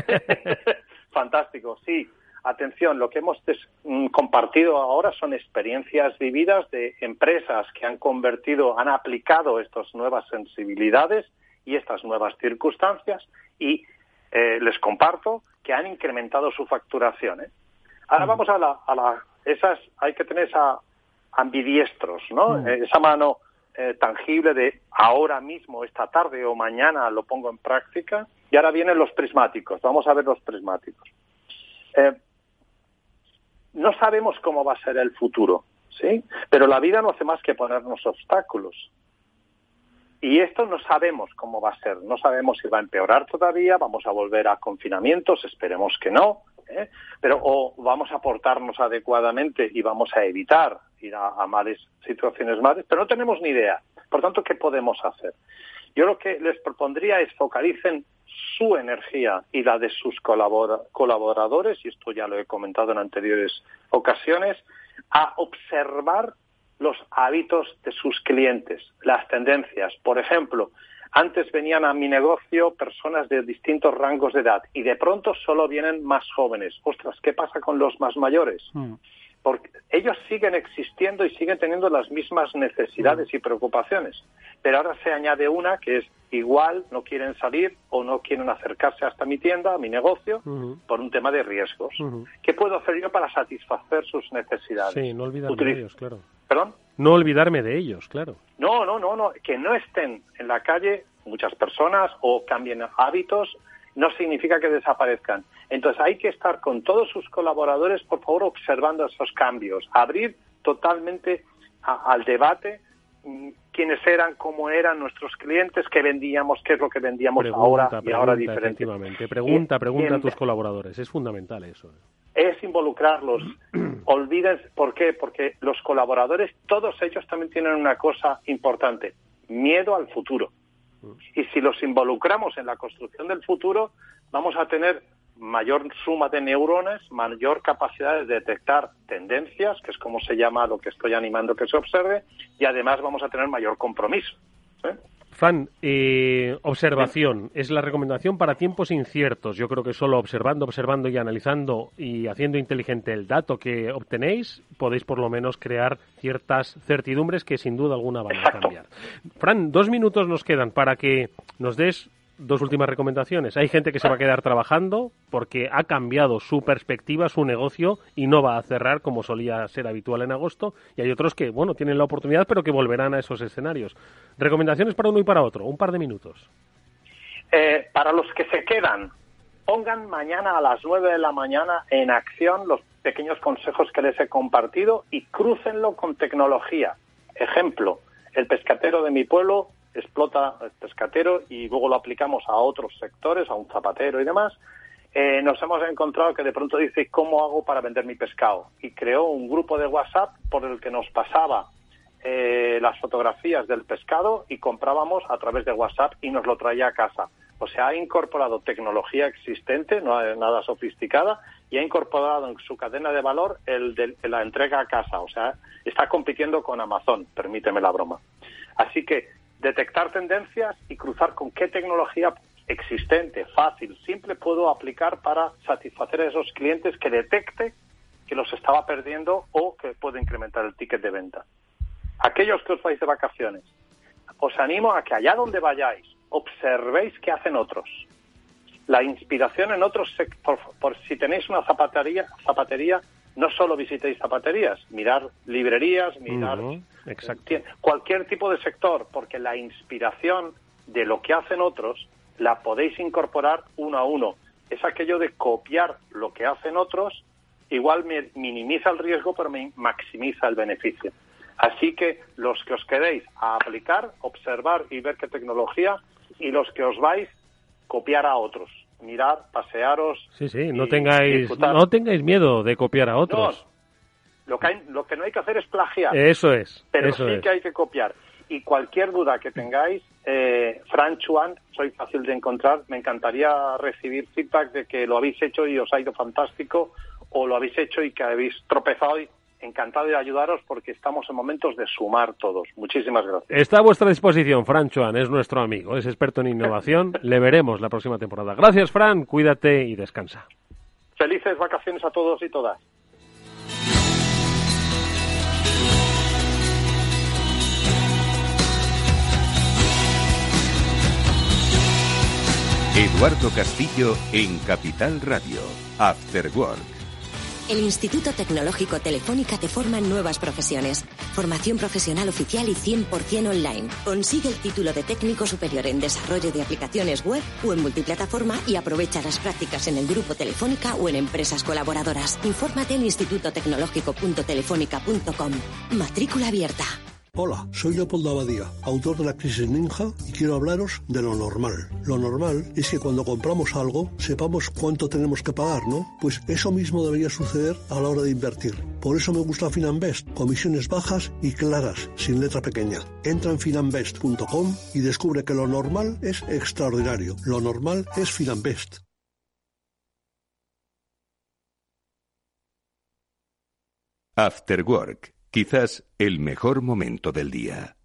Fantástico, sí. Atención, lo que hemos des- mm, compartido ahora son experiencias vividas de empresas que han convertido, han aplicado estas nuevas sensibilidades y estas nuevas circunstancias y eh, les comparto que han incrementado su facturación, ¿eh? Ahora vamos a la, a la, esas, hay que tener esa ambidiestros, ¿no? Mm. Eh, esa mano eh, tangible de ahora mismo, esta tarde o mañana lo pongo en práctica. Y ahora vienen los prismáticos. Vamos a ver los prismáticos. Eh, no sabemos cómo va a ser el futuro, ¿sí? Pero la vida no hace más que ponernos obstáculos. Y esto no sabemos cómo va a ser. No sabemos si va a empeorar todavía, vamos a volver a confinamientos, esperemos que no, ¿eh? Pero o vamos a portarnos adecuadamente y vamos a evitar ir a, a males, situaciones malas, pero no tenemos ni idea. Por tanto, ¿qué podemos hacer? Yo lo que les propondría es focalicen su energía y la de sus colabora- colaboradores, y esto ya lo he comentado en anteriores ocasiones, a observar los hábitos de sus clientes, las tendencias. Por ejemplo, antes venían a mi negocio personas de distintos rangos de edad y de pronto solo vienen más jóvenes. Ostras, ¿qué pasa con los más mayores? Mm. Porque ellos siguen existiendo y siguen teniendo las mismas necesidades y preocupaciones. Pero ahora se añade una que es igual, no quieren salir o no quieren acercarse hasta mi tienda, a mi negocio, Ujú. por un tema de riesgos. Ujú. ¿Qué puedo hacer yo para satisfacer sus necesidades? Sí, no olvidarme Utiliz- de ellos, claro. ¿Perdón? No olvidarme de ellos, claro. No, no, no, no, que no estén en la calle muchas personas o cambien hábitos no significa que desaparezcan. Entonces hay que estar con todos sus colaboradores, por favor, observando esos cambios, abrir totalmente a- al debate mm, quiénes eran, cómo eran nuestros clientes, qué vendíamos, qué es lo que vendíamos Pregunta, ahora y pregunta, ahora diferente. efectivamente. Pregunta, Y- pregunta y a en- tus colaboradores. Es fundamental eso. es involucrarlos. Olviden, ¿por qué? Porque los colaboradores, todos ellos también tienen una cosa importante, miedo al futuro. Y si los involucramos en la construcción del futuro, vamos a tener mayor suma de neuronas, mayor capacidad de detectar tendencias, que es como se llama lo que estoy animando que se observe, y además vamos a tener mayor compromiso. ¿eh? Fran, eh, observación es la recomendación para tiempos inciertos. Yo creo que solo observando, observando y analizando y haciendo inteligente el dato que obtenéis, podéis por lo menos crear ciertas certidumbres que sin duda alguna van a Exacto. cambiar. Fran, dos minutos nos quedan para que nos des dos últimas recomendaciones. Hay gente que se va a quedar trabajando porque ha cambiado su perspectiva, su negocio y no va a cerrar como solía ser habitual en agosto. Y hay otros que, bueno, tienen la oportunidad pero que volverán a esos escenarios. Recomendaciones para uno y para otro. Un par de minutos. Eh, para los que se quedan, pongan mañana a las nueve de la mañana en acción los pequeños consejos que les he compartido y crúcenlo con tecnología. Ejemplo, el pescatero de mi pueblo explota el pescatero y luego lo aplicamos a otros sectores, a un zapatero y demás. Eh, nos hemos encontrado que de pronto dice, ¿cómo hago para vender mi pescado? Y creó un grupo de WhatsApp por el que nos pasaba eh, las fotografías del pescado y comprábamos a través de WhatsApp y nos lo traía a casa. O sea, ha incorporado tecnología existente, no es nada sofisticada, y ha incorporado en su cadena de valor el de la entrega a casa. O sea, está compitiendo con Amazon, permíteme la broma. Así que detectar tendencias y cruzar con qué tecnología existente, fácil, simple puedo aplicar para satisfacer a esos clientes que detecte que los estaba perdiendo o que puede incrementar el ticket de venta. Aquellos que os vais de vacaciones, os animo a que allá donde vayáis observéis qué hacen otros. La inspiración en otros sectores, por, por si tenéis una zapatería, zapatería, no solo visitéis zapaterías, mirar librerías, mirar uh-huh. Exacto. cualquier tipo de sector, porque la inspiración de lo que hacen otros la podéis incorporar uno a uno. Es aquello de copiar lo que hacen otros, igual me minimiza el riesgo, pero me maximiza el beneficio. Así que los que os queréis a aplicar, observar y ver qué tecnología, y los que os vais, copiar a otros. Mirar, pasearos. Sí, sí, no tengáis, no tengáis miedo de copiar a otros. No, lo que hay, lo que no hay que hacer es plagiar. Eso es. Pero eso sí es. que hay que copiar. Y cualquier duda que tengáis, eh, Fran Chuan, soy fácil de encontrar. Me encantaría recibir feedback de que lo habéis hecho y os ha ido fantástico, o lo habéis hecho y que habéis tropezado. Y encantado de ayudaros porque estamos en momentos de sumar todos. Muchísimas gracias. Está a vuestra disposición, Fran Chuan, es nuestro amigo, es experto en innovación. Le veremos la próxima temporada. Gracias, Fran, cuídate y descansa. Felices vacaciones a todos y todas. Eduardo Castillo en Capital Radio. After Work. El Instituto Tecnológico Telefónica te forma en nuevas profesiones. Formación profesional oficial y cien por ciento online. Consigue el título de técnico superior en desarrollo de aplicaciones web o en multiplataforma y aprovecha las prácticas en el Grupo Telefónica o en empresas colaboradoras. Infórmate en instituto tecnológico punto telefónica punto com. Matrícula abierta. Hola, soy Leopoldo Abadía, autor de La Crisis Ninja, y quiero hablaros de lo normal. Lo normal es que cuando compramos algo sepamos cuánto tenemos que pagar, ¿no? Pues eso mismo debería suceder a la hora de invertir. Por eso me gusta Finanbest, comisiones bajas y claras, sin letra pequeña. Entra en finanbest punto com y descubre que lo normal es extraordinario. Lo normal es Finanbest. After Work. Quizás el mejor momento del día.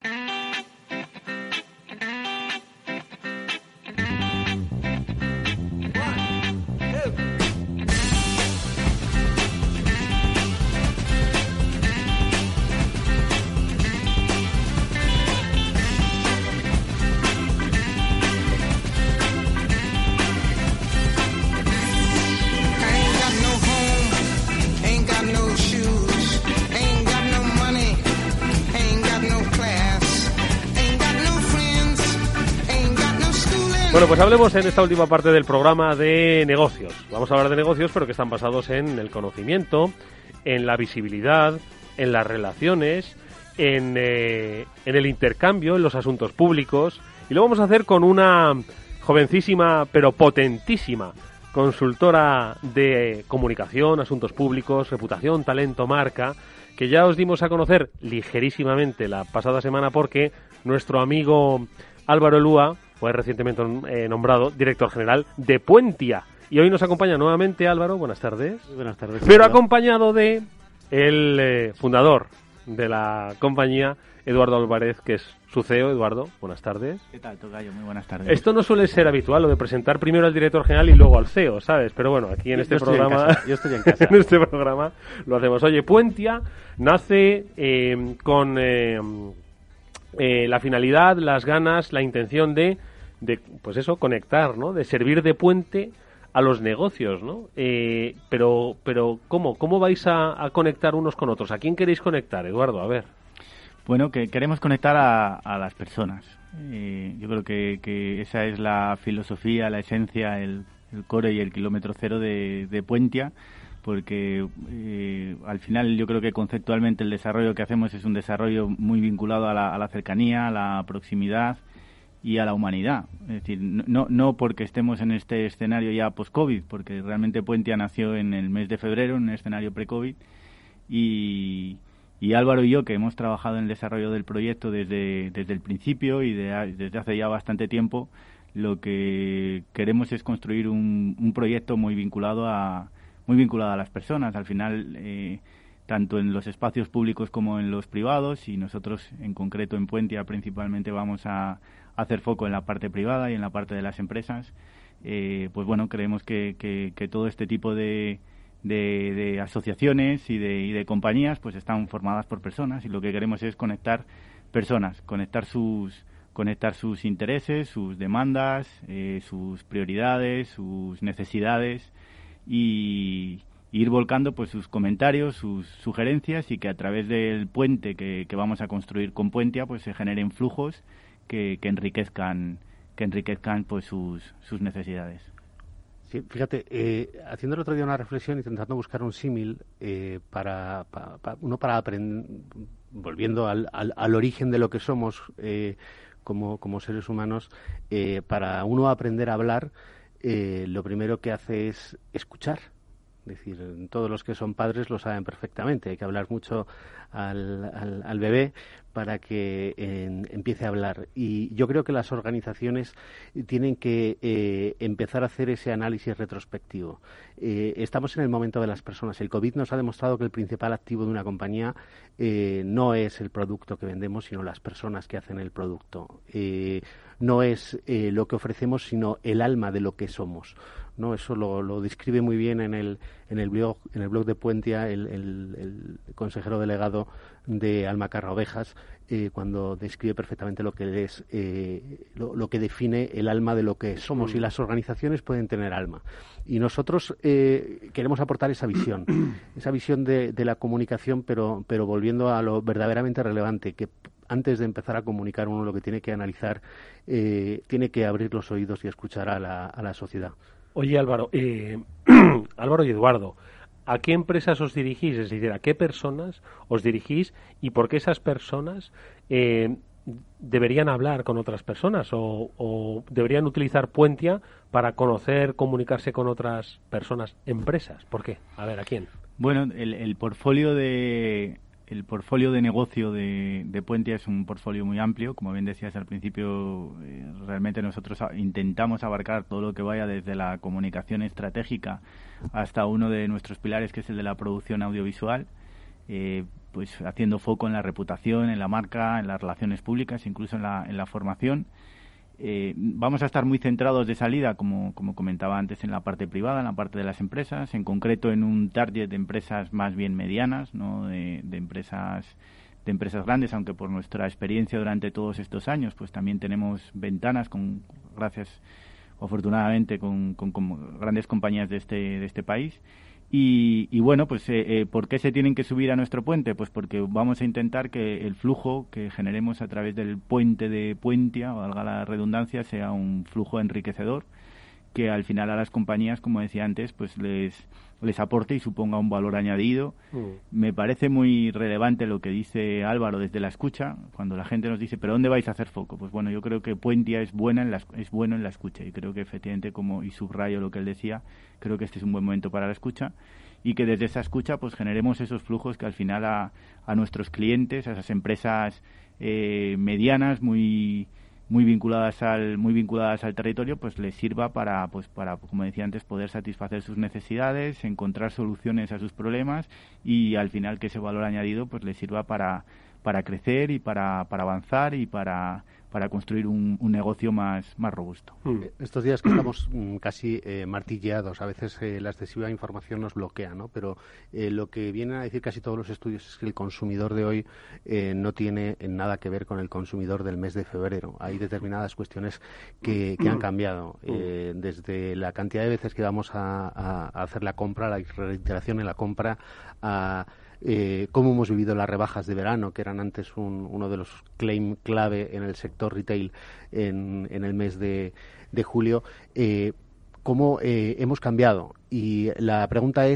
Bueno, pues hablemos en esta última parte del programa de negocios. Vamos a hablar de negocios, pero que están basados en el conocimiento, en la visibilidad, en las relaciones, en, eh, en el intercambio, en los asuntos públicos. Y lo vamos a hacer con una jovencísima, pero potentísima, consultora de comunicación, asuntos públicos, reputación, talento, marca, que ya os dimos a conocer ligerísimamente la pasada semana porque nuestro amigo Álvaro Elúa fue recientemente eh, nombrado director general de Puentia. Y hoy nos acompaña nuevamente Álvaro. Buenas tardes. Buenas tardes. Pero acompañado de el eh, fundador de la compañía, Eduardo Álvarez, que es su C E O. Eduardo, buenas tardes. ¿Qué tal, tocayo? Muy buenas tardes. Esto no suele ser habitual, lo de presentar primero al director general y luego al C E O, ¿sabes? Pero bueno, aquí en este yo estoy programa... En casa. Yo estoy en casa. En este programa lo hacemos. Oye, Puentia nace eh, con... Eh, Eh, la finalidad, las ganas, la intención de, de, pues eso, conectar, ¿no? De servir de puente a los negocios, ¿no? Eh, pero, pero ¿cómo? ¿Cómo vais a, a conectar unos con otros? ¿A quién queréis conectar, Eduardo? A ver. Bueno, que queremos conectar a, a las personas. Eh, yo creo que, que esa es la filosofía, la esencia, el, el core y el kilómetro cero de, de Puentia, porque eh, al final yo creo que conceptualmente el desarrollo que hacemos es un desarrollo muy vinculado a la, a la cercanía, a la proximidad y a la humanidad. Es decir, no, no porque estemos en este escenario ya post-COVID, porque realmente Puentia nació en el mes de febrero, en un escenario pre-COVID, y, y Álvaro y yo, que hemos trabajado en el desarrollo del proyecto desde, desde el principio y de, desde hace ya bastante tiempo, lo que queremos es construir un, un proyecto muy vinculado a muy vinculado a las personas. Al final, eh, tanto en los espacios públicos como en los privados, y nosotros en concreto en Puentia principalmente vamos a hacer foco en la parte privada y en la parte de las empresas, eh, pues bueno, creemos que, que, que todo este tipo de, de, de asociaciones y de, y de compañías pues están formadas por personas, y lo que queremos es conectar personas, conectar sus conectar sus intereses, sus demandas, eh, sus prioridades, sus necesidades, y ir volcando pues sus comentarios, sus sugerencias, y que a través del puente que, que vamos a construir con Puentia pues se generen flujos que, que enriquezcan que enriquezcan pues sus, sus necesidades. Sí, fíjate, eh, haciendo el otro día una reflexión, intentando buscar un símil eh, para, para, para uno para aprender, volviendo al, al, al origen de lo que somos eh, como, como seres humanos, eh, para uno aprender a hablar, eh, lo primero que hace es escuchar. Es decir, todos los que son padres lo saben perfectamente. Hay que hablar mucho al, al, al bebé para que en, empiece a hablar. Y yo creo que las organizaciones tienen que eh, empezar a hacer ese análisis retrospectivo. Eh, estamos en el momento de las personas. El COVID nos ha demostrado que el principal activo de una compañía eh, no es el producto que vendemos, sino las personas que hacen el producto. Eh, no es eh, lo que ofrecemos, sino el alma de lo que somos, ¿no? Eso lo, lo describe muy bien en el en el blog en el blog de Puentia el, el, el consejero delegado de Almacarra Ovejas, eh, cuando describe perfectamente lo que es eh, lo, lo que define el alma de lo que somos. Mm. Y las organizaciones pueden tener alma, y nosotros eh, queremos aportar esa visión esa visión de, de la comunicación, pero pero volviendo a lo verdaderamente relevante, que antes de empezar a comunicar uno lo que tiene que analizar, eh, tiene que abrir los oídos y escuchar a la, a la sociedad. Oye, Álvaro, eh, Álvaro y Eduardo, ¿a qué empresas os dirigís? Es decir, ¿a qué personas os dirigís y por qué esas personas eh, deberían hablar con otras personas o, o deberían utilizar Puentia para conocer, comunicarse con otras personas, empresas? ¿Por qué? A ver, ¿a quién? Bueno, el, el portfolio de... El portfolio de negocio de, de Puentia es un portfolio muy amplio. Como bien decías al principio, eh, realmente nosotros a, intentamos abarcar todo lo que vaya desde la comunicación estratégica hasta uno de nuestros pilares, que es el de la producción audiovisual, eh, pues haciendo foco en la reputación, en la marca, en las relaciones públicas, incluso en la, en la formación. Eh, vamos a estar muy centrados de salida, como, como comentaba antes, en la parte privada, en la parte de las empresas, en concreto en un target de empresas más bien medianas, no de, de empresas de empresas grandes, aunque por nuestra experiencia durante todos estos años pues también tenemos ventanas, con gracias afortunadamente con, con, con grandes compañías de este de este país. Y, y bueno, pues eh, eh, ¿por qué se tienen que subir a nuestro puente? Pues porque vamos a intentar que el flujo que generemos a través del puente de Puentia, valga la redundancia, sea un flujo enriquecedor, que al final a las compañías, como decía antes, pues les les aporte y suponga un valor añadido. Mm. Me parece muy relevante lo que dice Álvaro desde la escucha, cuando la gente nos dice, ¿pero dónde vais a hacer foco? Pues bueno, yo creo que Puentia es buena en la, es bueno en la escucha, y creo que efectivamente, como y subrayo lo que él decía, creo que este es un buen momento para la escucha, y que desde esa escucha pues generemos esos flujos que al final a, a nuestros clientes, a esas empresas eh, medianas, muy muy vinculadas al muy vinculadas al territorio, pues les sirva para pues para como decía antes, poder satisfacer sus necesidades, encontrar soluciones a sus problemas, y al final que ese valor añadido pues les sirva para para crecer y para para avanzar y para para construir un, un negocio más, más robusto. Mm. Estos días que estamos mm, casi eh, martilleados, a veces eh, la excesiva información nos bloquea, ¿no? Pero eh, lo que vienen a decir casi todos los estudios es que el consumidor de hoy eh, no tiene nada que ver con el consumidor del mes de febrero. Hay determinadas cuestiones que, que han cambiado, eh, desde la cantidad de veces que vamos a, a, a hacer la compra, la reiteración en la compra, a Eh, cómo hemos vivido las rebajas de verano, que eran antes un, uno de los claim clave en el sector retail en, en el mes de, de julio, eh, cómo eh, hemos cambiado. Y la pregunta es,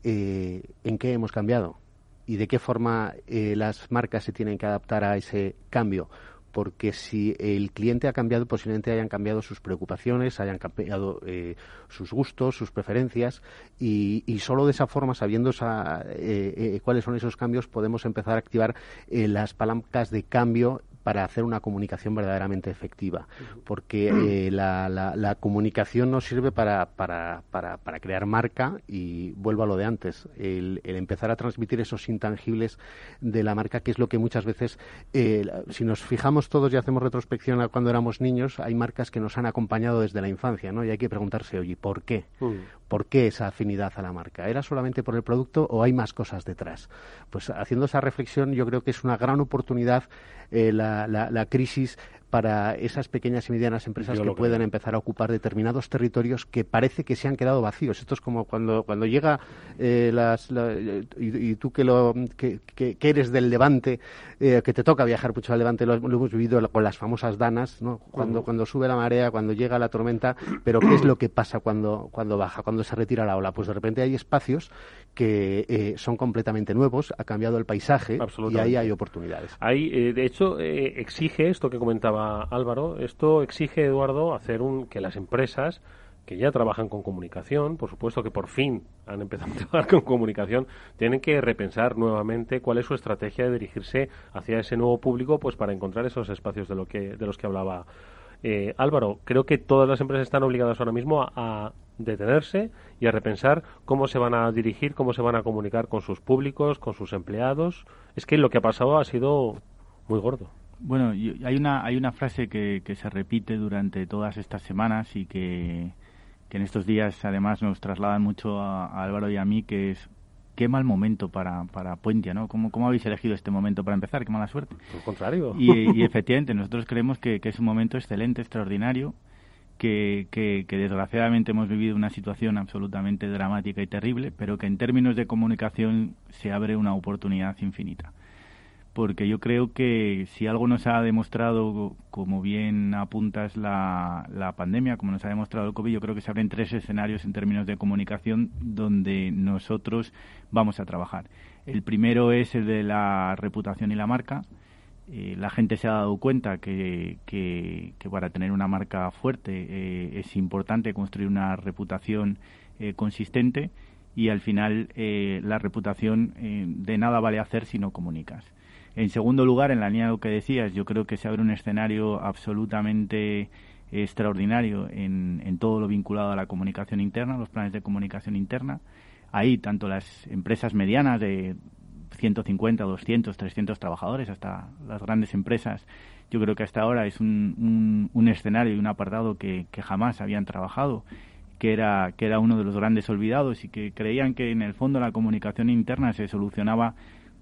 eh, en qué hemos cambiado y de qué forma eh, las marcas se tienen que adaptar a ese cambio. Porque si el cliente ha cambiado, posiblemente hayan cambiado sus preocupaciones, hayan cambiado eh, sus gustos, sus preferencias, y, y solo de esa forma, sabiendo esa, eh, eh, cuáles son esos cambios, podemos empezar a activar eh, las palancas de cambio para hacer una comunicación verdaderamente efectiva, porque eh, la, la, la comunicación nos sirve para, para, para, para crear marca, y vuelvo a lo de antes, el, el empezar a transmitir esos intangibles de la marca, que es lo que muchas veces, eh, si nos fijamos todos y hacemos retrospección a cuando éramos niños, hay marcas que nos han acompañado desde la infancia, ¿no? Y hay que preguntarse, oye, ¿por qué? Mm. ¿Por qué esa afinidad a la marca? ¿Era solamente por el producto o hay más cosas detrás? Pues haciendo esa reflexión, yo creo que es una gran oportunidad eh, la, la, la crisis para esas pequeñas y medianas empresas Yo que pueden creo. empezar a ocupar determinados territorios que parece que se han quedado vacíos. Esto es como cuando cuando llega eh, las la, y, y tú que lo que, que, que eres del Levante, eh, que te toca viajar mucho al Levante, lo, lo hemos vivido con las famosas danas, ¿no? Cuando uh-huh. cuando sube la marea, cuando llega la tormenta, pero ¿qué es lo que pasa cuando cuando baja, cuando se retira la ola? Pues de repente hay espacios que eh, son completamente nuevos, ha cambiado el paisaje y ahí hay oportunidades. Hay, eh, de hecho, eh, exige esto que comentaba Álvaro, esto exige, Eduardo, hacer un que las empresas que ya trabajan con comunicación, por supuesto que por fin han empezado a trabajar con comunicación, tienen que repensar nuevamente cuál es su estrategia de dirigirse hacia ese nuevo público, pues para encontrar esos espacios de lo que de los que hablaba eh, Álvaro. Creo que todas las empresas están obligadas ahora mismo a, a detenerse y a repensar cómo se van a dirigir, cómo se van a comunicar con sus públicos, con sus empleados. Es que lo que ha pasado ha sido muy gordo. Bueno, hay una hay una frase que, que se repite durante todas estas semanas y que, que en estos días además nos trasladan mucho a, a Álvaro y a mí, que es qué mal momento para, para Puentia, ¿no? ¿Cómo, ¿Cómo habéis elegido este momento para empezar? Qué mala suerte. Por el contrario. Y, y efectivamente, nosotros creemos que, que es un momento excelente, extraordinario, que, que, que desgraciadamente hemos vivido una situación absolutamente dramática y terrible, pero que en términos de comunicación se abre una oportunidad infinita. Porque yo creo que si algo nos ha demostrado, como bien apuntas la, la pandemia, como nos ha demostrado el COVID, yo creo que se abren tres escenarios en términos de comunicación donde nosotros vamos a trabajar. El primero es el de la reputación y la marca. Eh, la gente se ha dado cuenta que, que, que para tener una marca fuerte eh, es importante construir una reputación eh, consistente, y al final eh, la reputación eh, de nada vale hacer si no comunicas. En segundo lugar, en la línea de lo que decías, yo creo que se abre un escenario absolutamente extraordinario en, en todo lo vinculado a la comunicación interna, los planes de comunicación interna. Ahí, tanto las empresas medianas de ciento cincuenta, doscientos, trescientos trabajadores, hasta las grandes empresas, yo creo que hasta ahora es un, un, un escenario y un apartado que, que jamás habían trabajado, que era, que era uno de los grandes olvidados, y que creían que en el fondo la comunicación interna se solucionaba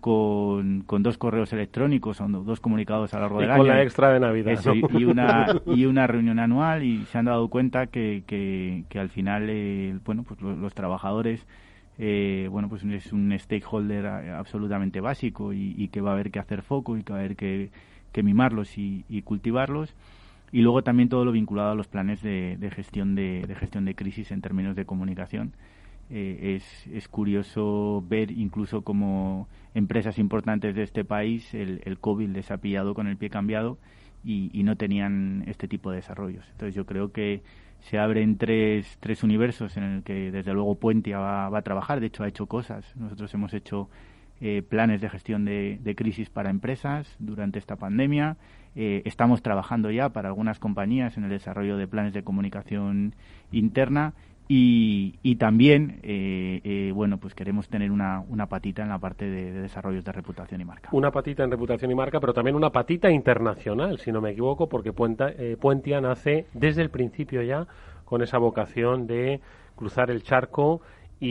Con, con dos correos electrónicos o dos comunicados a lo largo y del con año. Con la extra de Navidad. Eso, y, y, una, y una reunión anual, y se han dado cuenta que, que, que al final eh, bueno, pues los, los trabajadores eh, bueno, pues es un stakeholder absolutamente básico, y, y que va a haber que hacer foco y que va a haber que, que mimarlos y, y cultivarlos. Y luego también todo lo vinculado a los planes de, de gestión de, de gestión de crisis en términos de comunicación. Eh, es, es curioso ver incluso como empresas importantes de este país el, el COVID les ha pillado con el pie cambiado y, y no tenían este tipo de desarrollos. Entonces yo creo que se abren tres, tres universos en el que desde luego Puentia va, va a trabajar. De hecho ha hecho cosas. Nosotros hemos hecho eh, planes de gestión de, de crisis para empresas durante esta pandemia. Eh, estamos trabajando ya para algunas compañías en el desarrollo de planes de comunicación interna. Y, y también, eh, eh, bueno, pues queremos tener una, una patita en la parte de, de desarrollos de reputación y marca. Una patita en reputación y marca, pero también una patita internacional, si no me equivoco, porque Puenta, eh, Puentia nace desde el principio ya con esa vocación de cruzar el charco,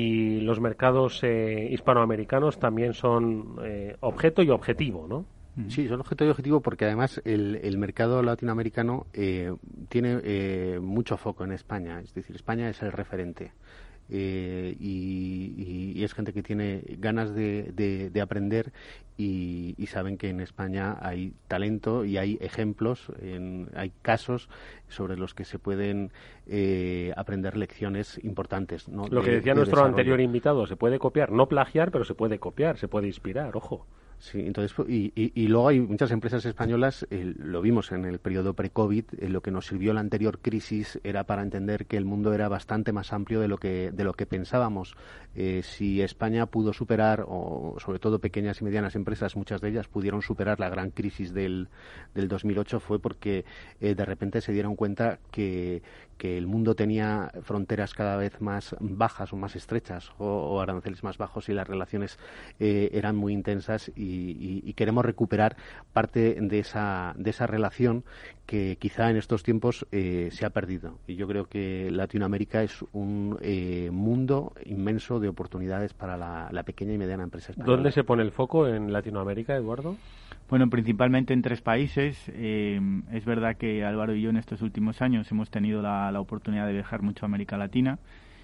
y los mercados eh, hispanoamericanos también son eh, objeto y objetivo, ¿no? Sí, son objeto y objetivo, porque además el, el mercado latinoamericano eh, tiene eh, mucho foco en España. Es decir, España es el referente. eh, y, y, y es gente que tiene ganas de, de, de aprender y, y saben que en España hay talento y hay ejemplos, en, hay casos sobre los que se pueden eh, aprender lecciones importantes, ¿no? Lo que de, decía de nuestro desarrollo. anterior invitado, se puede copiar, no plagiar, pero se puede copiar, se puede inspirar, ojo. Sí, entonces, y, y, y luego hay muchas empresas españolas, eh, lo vimos en el periodo pre-COVID, eh, lo que nos sirvió la anterior crisis era para entender que el mundo era bastante más amplio de lo que, de lo que pensábamos. Eh, si España pudo superar, o sobre todo pequeñas y medianas empresas, muchas de ellas pudieron superar la gran crisis del, del dos mil ocho, fue porque eh, de repente se dieron cuenta que, que el mundo tenía fronteras cada vez más bajas o más estrechas, o, o aranceles más bajos, y las relaciones eh, eran muy intensas, y Y, y, y queremos recuperar parte de esa, de esa relación que quizá en estos tiempos eh, se ha perdido. Y yo creo que Latinoamérica es un eh, mundo inmenso de oportunidades para la, la pequeña y mediana empresa española. ¿Dónde se pone el foco en Latinoamérica, Eduardo? Bueno, principalmente en tres países. Eh, es verdad que Álvaro y yo en estos últimos años hemos tenido la, la oportunidad de viajar mucho a América Latina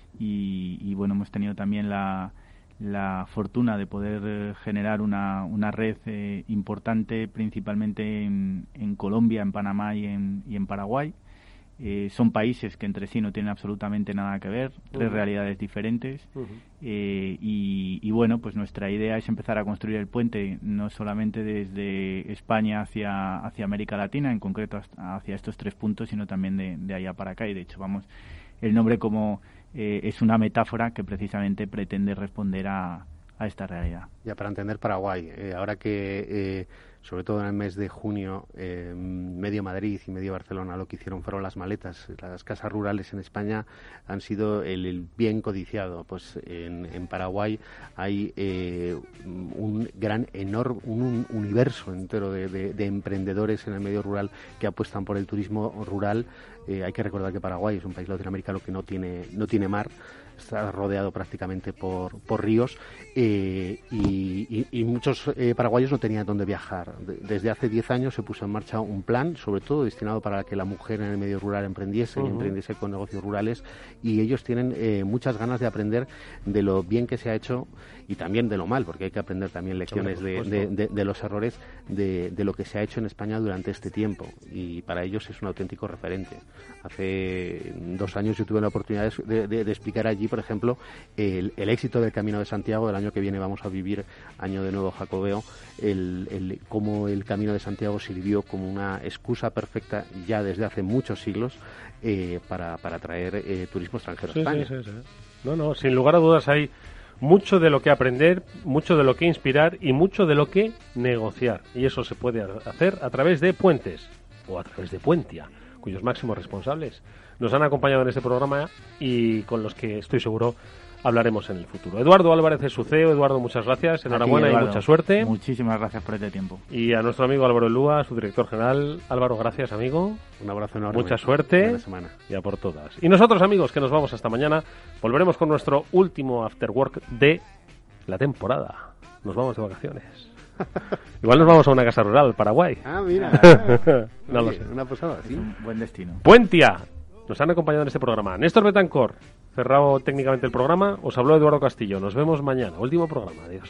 y, y bueno, hemos tenido también la la fortuna de poder eh, generar una, una red eh, importante, principalmente en, en Colombia, en Panamá y en, y en Paraguay. Eh, son países que entre sí no tienen absolutamente nada que ver, tres uh-huh. realidades diferentes. Uh-huh. eh, y, y bueno, pues nuestra idea es empezar a construir el puente no solamente desde España hacia, hacia América Latina, en concreto hacia estos tres puntos, sino también de, de allá para acá. Y de hecho, vamos, el nombre como Eh, es una metáfora que precisamente pretende responder a, a esta realidad. Ya para entender Paraguay, eh, ahora que eh, sobre todo en el mes de junio eh, medio Madrid y medio Barcelona lo que hicieron fueron las maletas, las casas rurales en España han sido el, el bien codiciado. Pues en, en Paraguay hay eh, un gran enorme un, un universo entero de, de, de emprendedores en el medio rural que apuestan por el turismo rural. Eh, hay que recordar que Paraguay es un país latinoamericano que no tiene no tiene mar, está rodeado prácticamente por, por ríos, eh, y, y, y muchos eh, paraguayos no tenían dónde viajar. De, desde hace diez años se puso en marcha un plan, sobre todo destinado para que la mujer en el medio rural emprendiese uh-huh. y emprendiese con negocios rurales, y ellos tienen eh, muchas ganas de aprender de lo bien que se ha hecho y también de lo mal, porque hay que aprender también lecciones de, de, de, de los errores de, de lo que se ha hecho en España durante este tiempo, y para ellos es un auténtico referente. Hace dos años yo tuve la oportunidad de, de, de explicar allí, por ejemplo, el, el éxito del Camino de Santiago. El año que viene vamos a vivir año de nuevo jacobeo, el, el, cómo el Camino de Santiago sirvió como una excusa perfecta ya desde hace muchos siglos eh, para, para atraer eh, turismo extranjero a sí, España. Sí, sí, sí. No, no, sin lugar a dudas hay mucho de lo que aprender, mucho de lo que inspirar y mucho de lo que negociar. Y eso se puede hacer a través de Puentes o a través de Puentia, cuyos máximos responsables nos han acompañado en este programa y con los que estoy seguro hablaremos en el futuro. Eduardo Álvarez es su C E O. Eduardo, muchas gracias, enhorabuena y mucha suerte. Muchísimas gracias por este tiempo. Y a nuestro amigo Álvaro Elúa, su director general. Álvaro, gracias, amigo. Un abrazo enorme. Mucha suerte. Buena semana. Y a por todas. Y nosotros, amigos, que nos vamos hasta mañana, volveremos con nuestro último After Work de la temporada. Nos vamos de vacaciones. Igual nos vamos a una casa rural, Paraguay. Ah, mira. No Oye, lo sé. Una posada, sí. Un buen destino. Puentia. Nos han acompañado en este programa. Néstor Betancor, cerrado técnicamente el programa. Os habló Eduardo Castillo. Nos vemos mañana. Último programa. Adiós.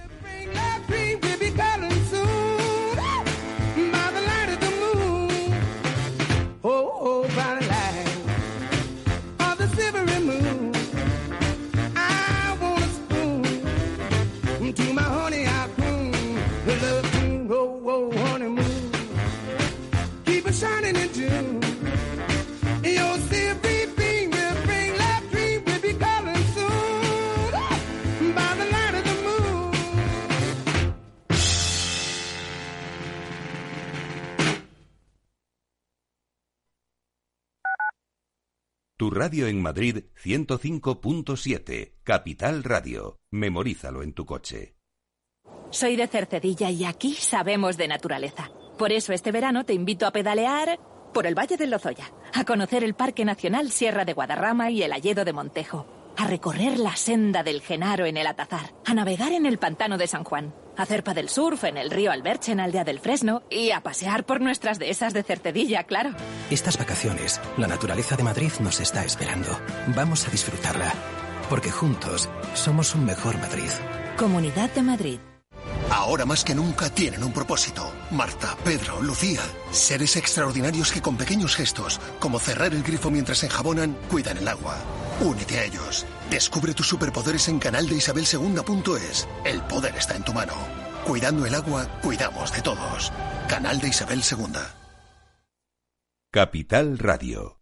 Tu radio en Madrid ciento cinco punto siete, Capital Radio. Memorízalo en tu coche. Soy de Cercedilla y aquí sabemos de naturaleza. Por eso este verano te invito a pedalear por el Valle del Lozoya, a conocer el Parque Nacional Sierra de Guadarrama y el Hayedo de Montejo, a recorrer la senda del Genaro en el Atazar, a navegar en el Pantano de San Juan, a hacer paddle surf en el río Alberche en Aldea del Fresno y a pasear por nuestras dehesas de Cercedilla, claro. Estas vacaciones, la naturaleza de Madrid nos está esperando. Vamos a disfrutarla. porque juntos somos un mejor Madrid. Comunidad de Madrid. Ahora más que nunca tienen un propósito. Marta, Pedro, Lucía. Seres extraordinarios que con pequeños gestos, como cerrar el grifo mientras enjabonan, cuidan el agua. Únete a ellos. Descubre tus superpoderes en canal de isabel segunda punto es. El poder está en tu mano. Cuidando el agua, cuidamos de todos. Canal de Isabel segunda. Capital Radio.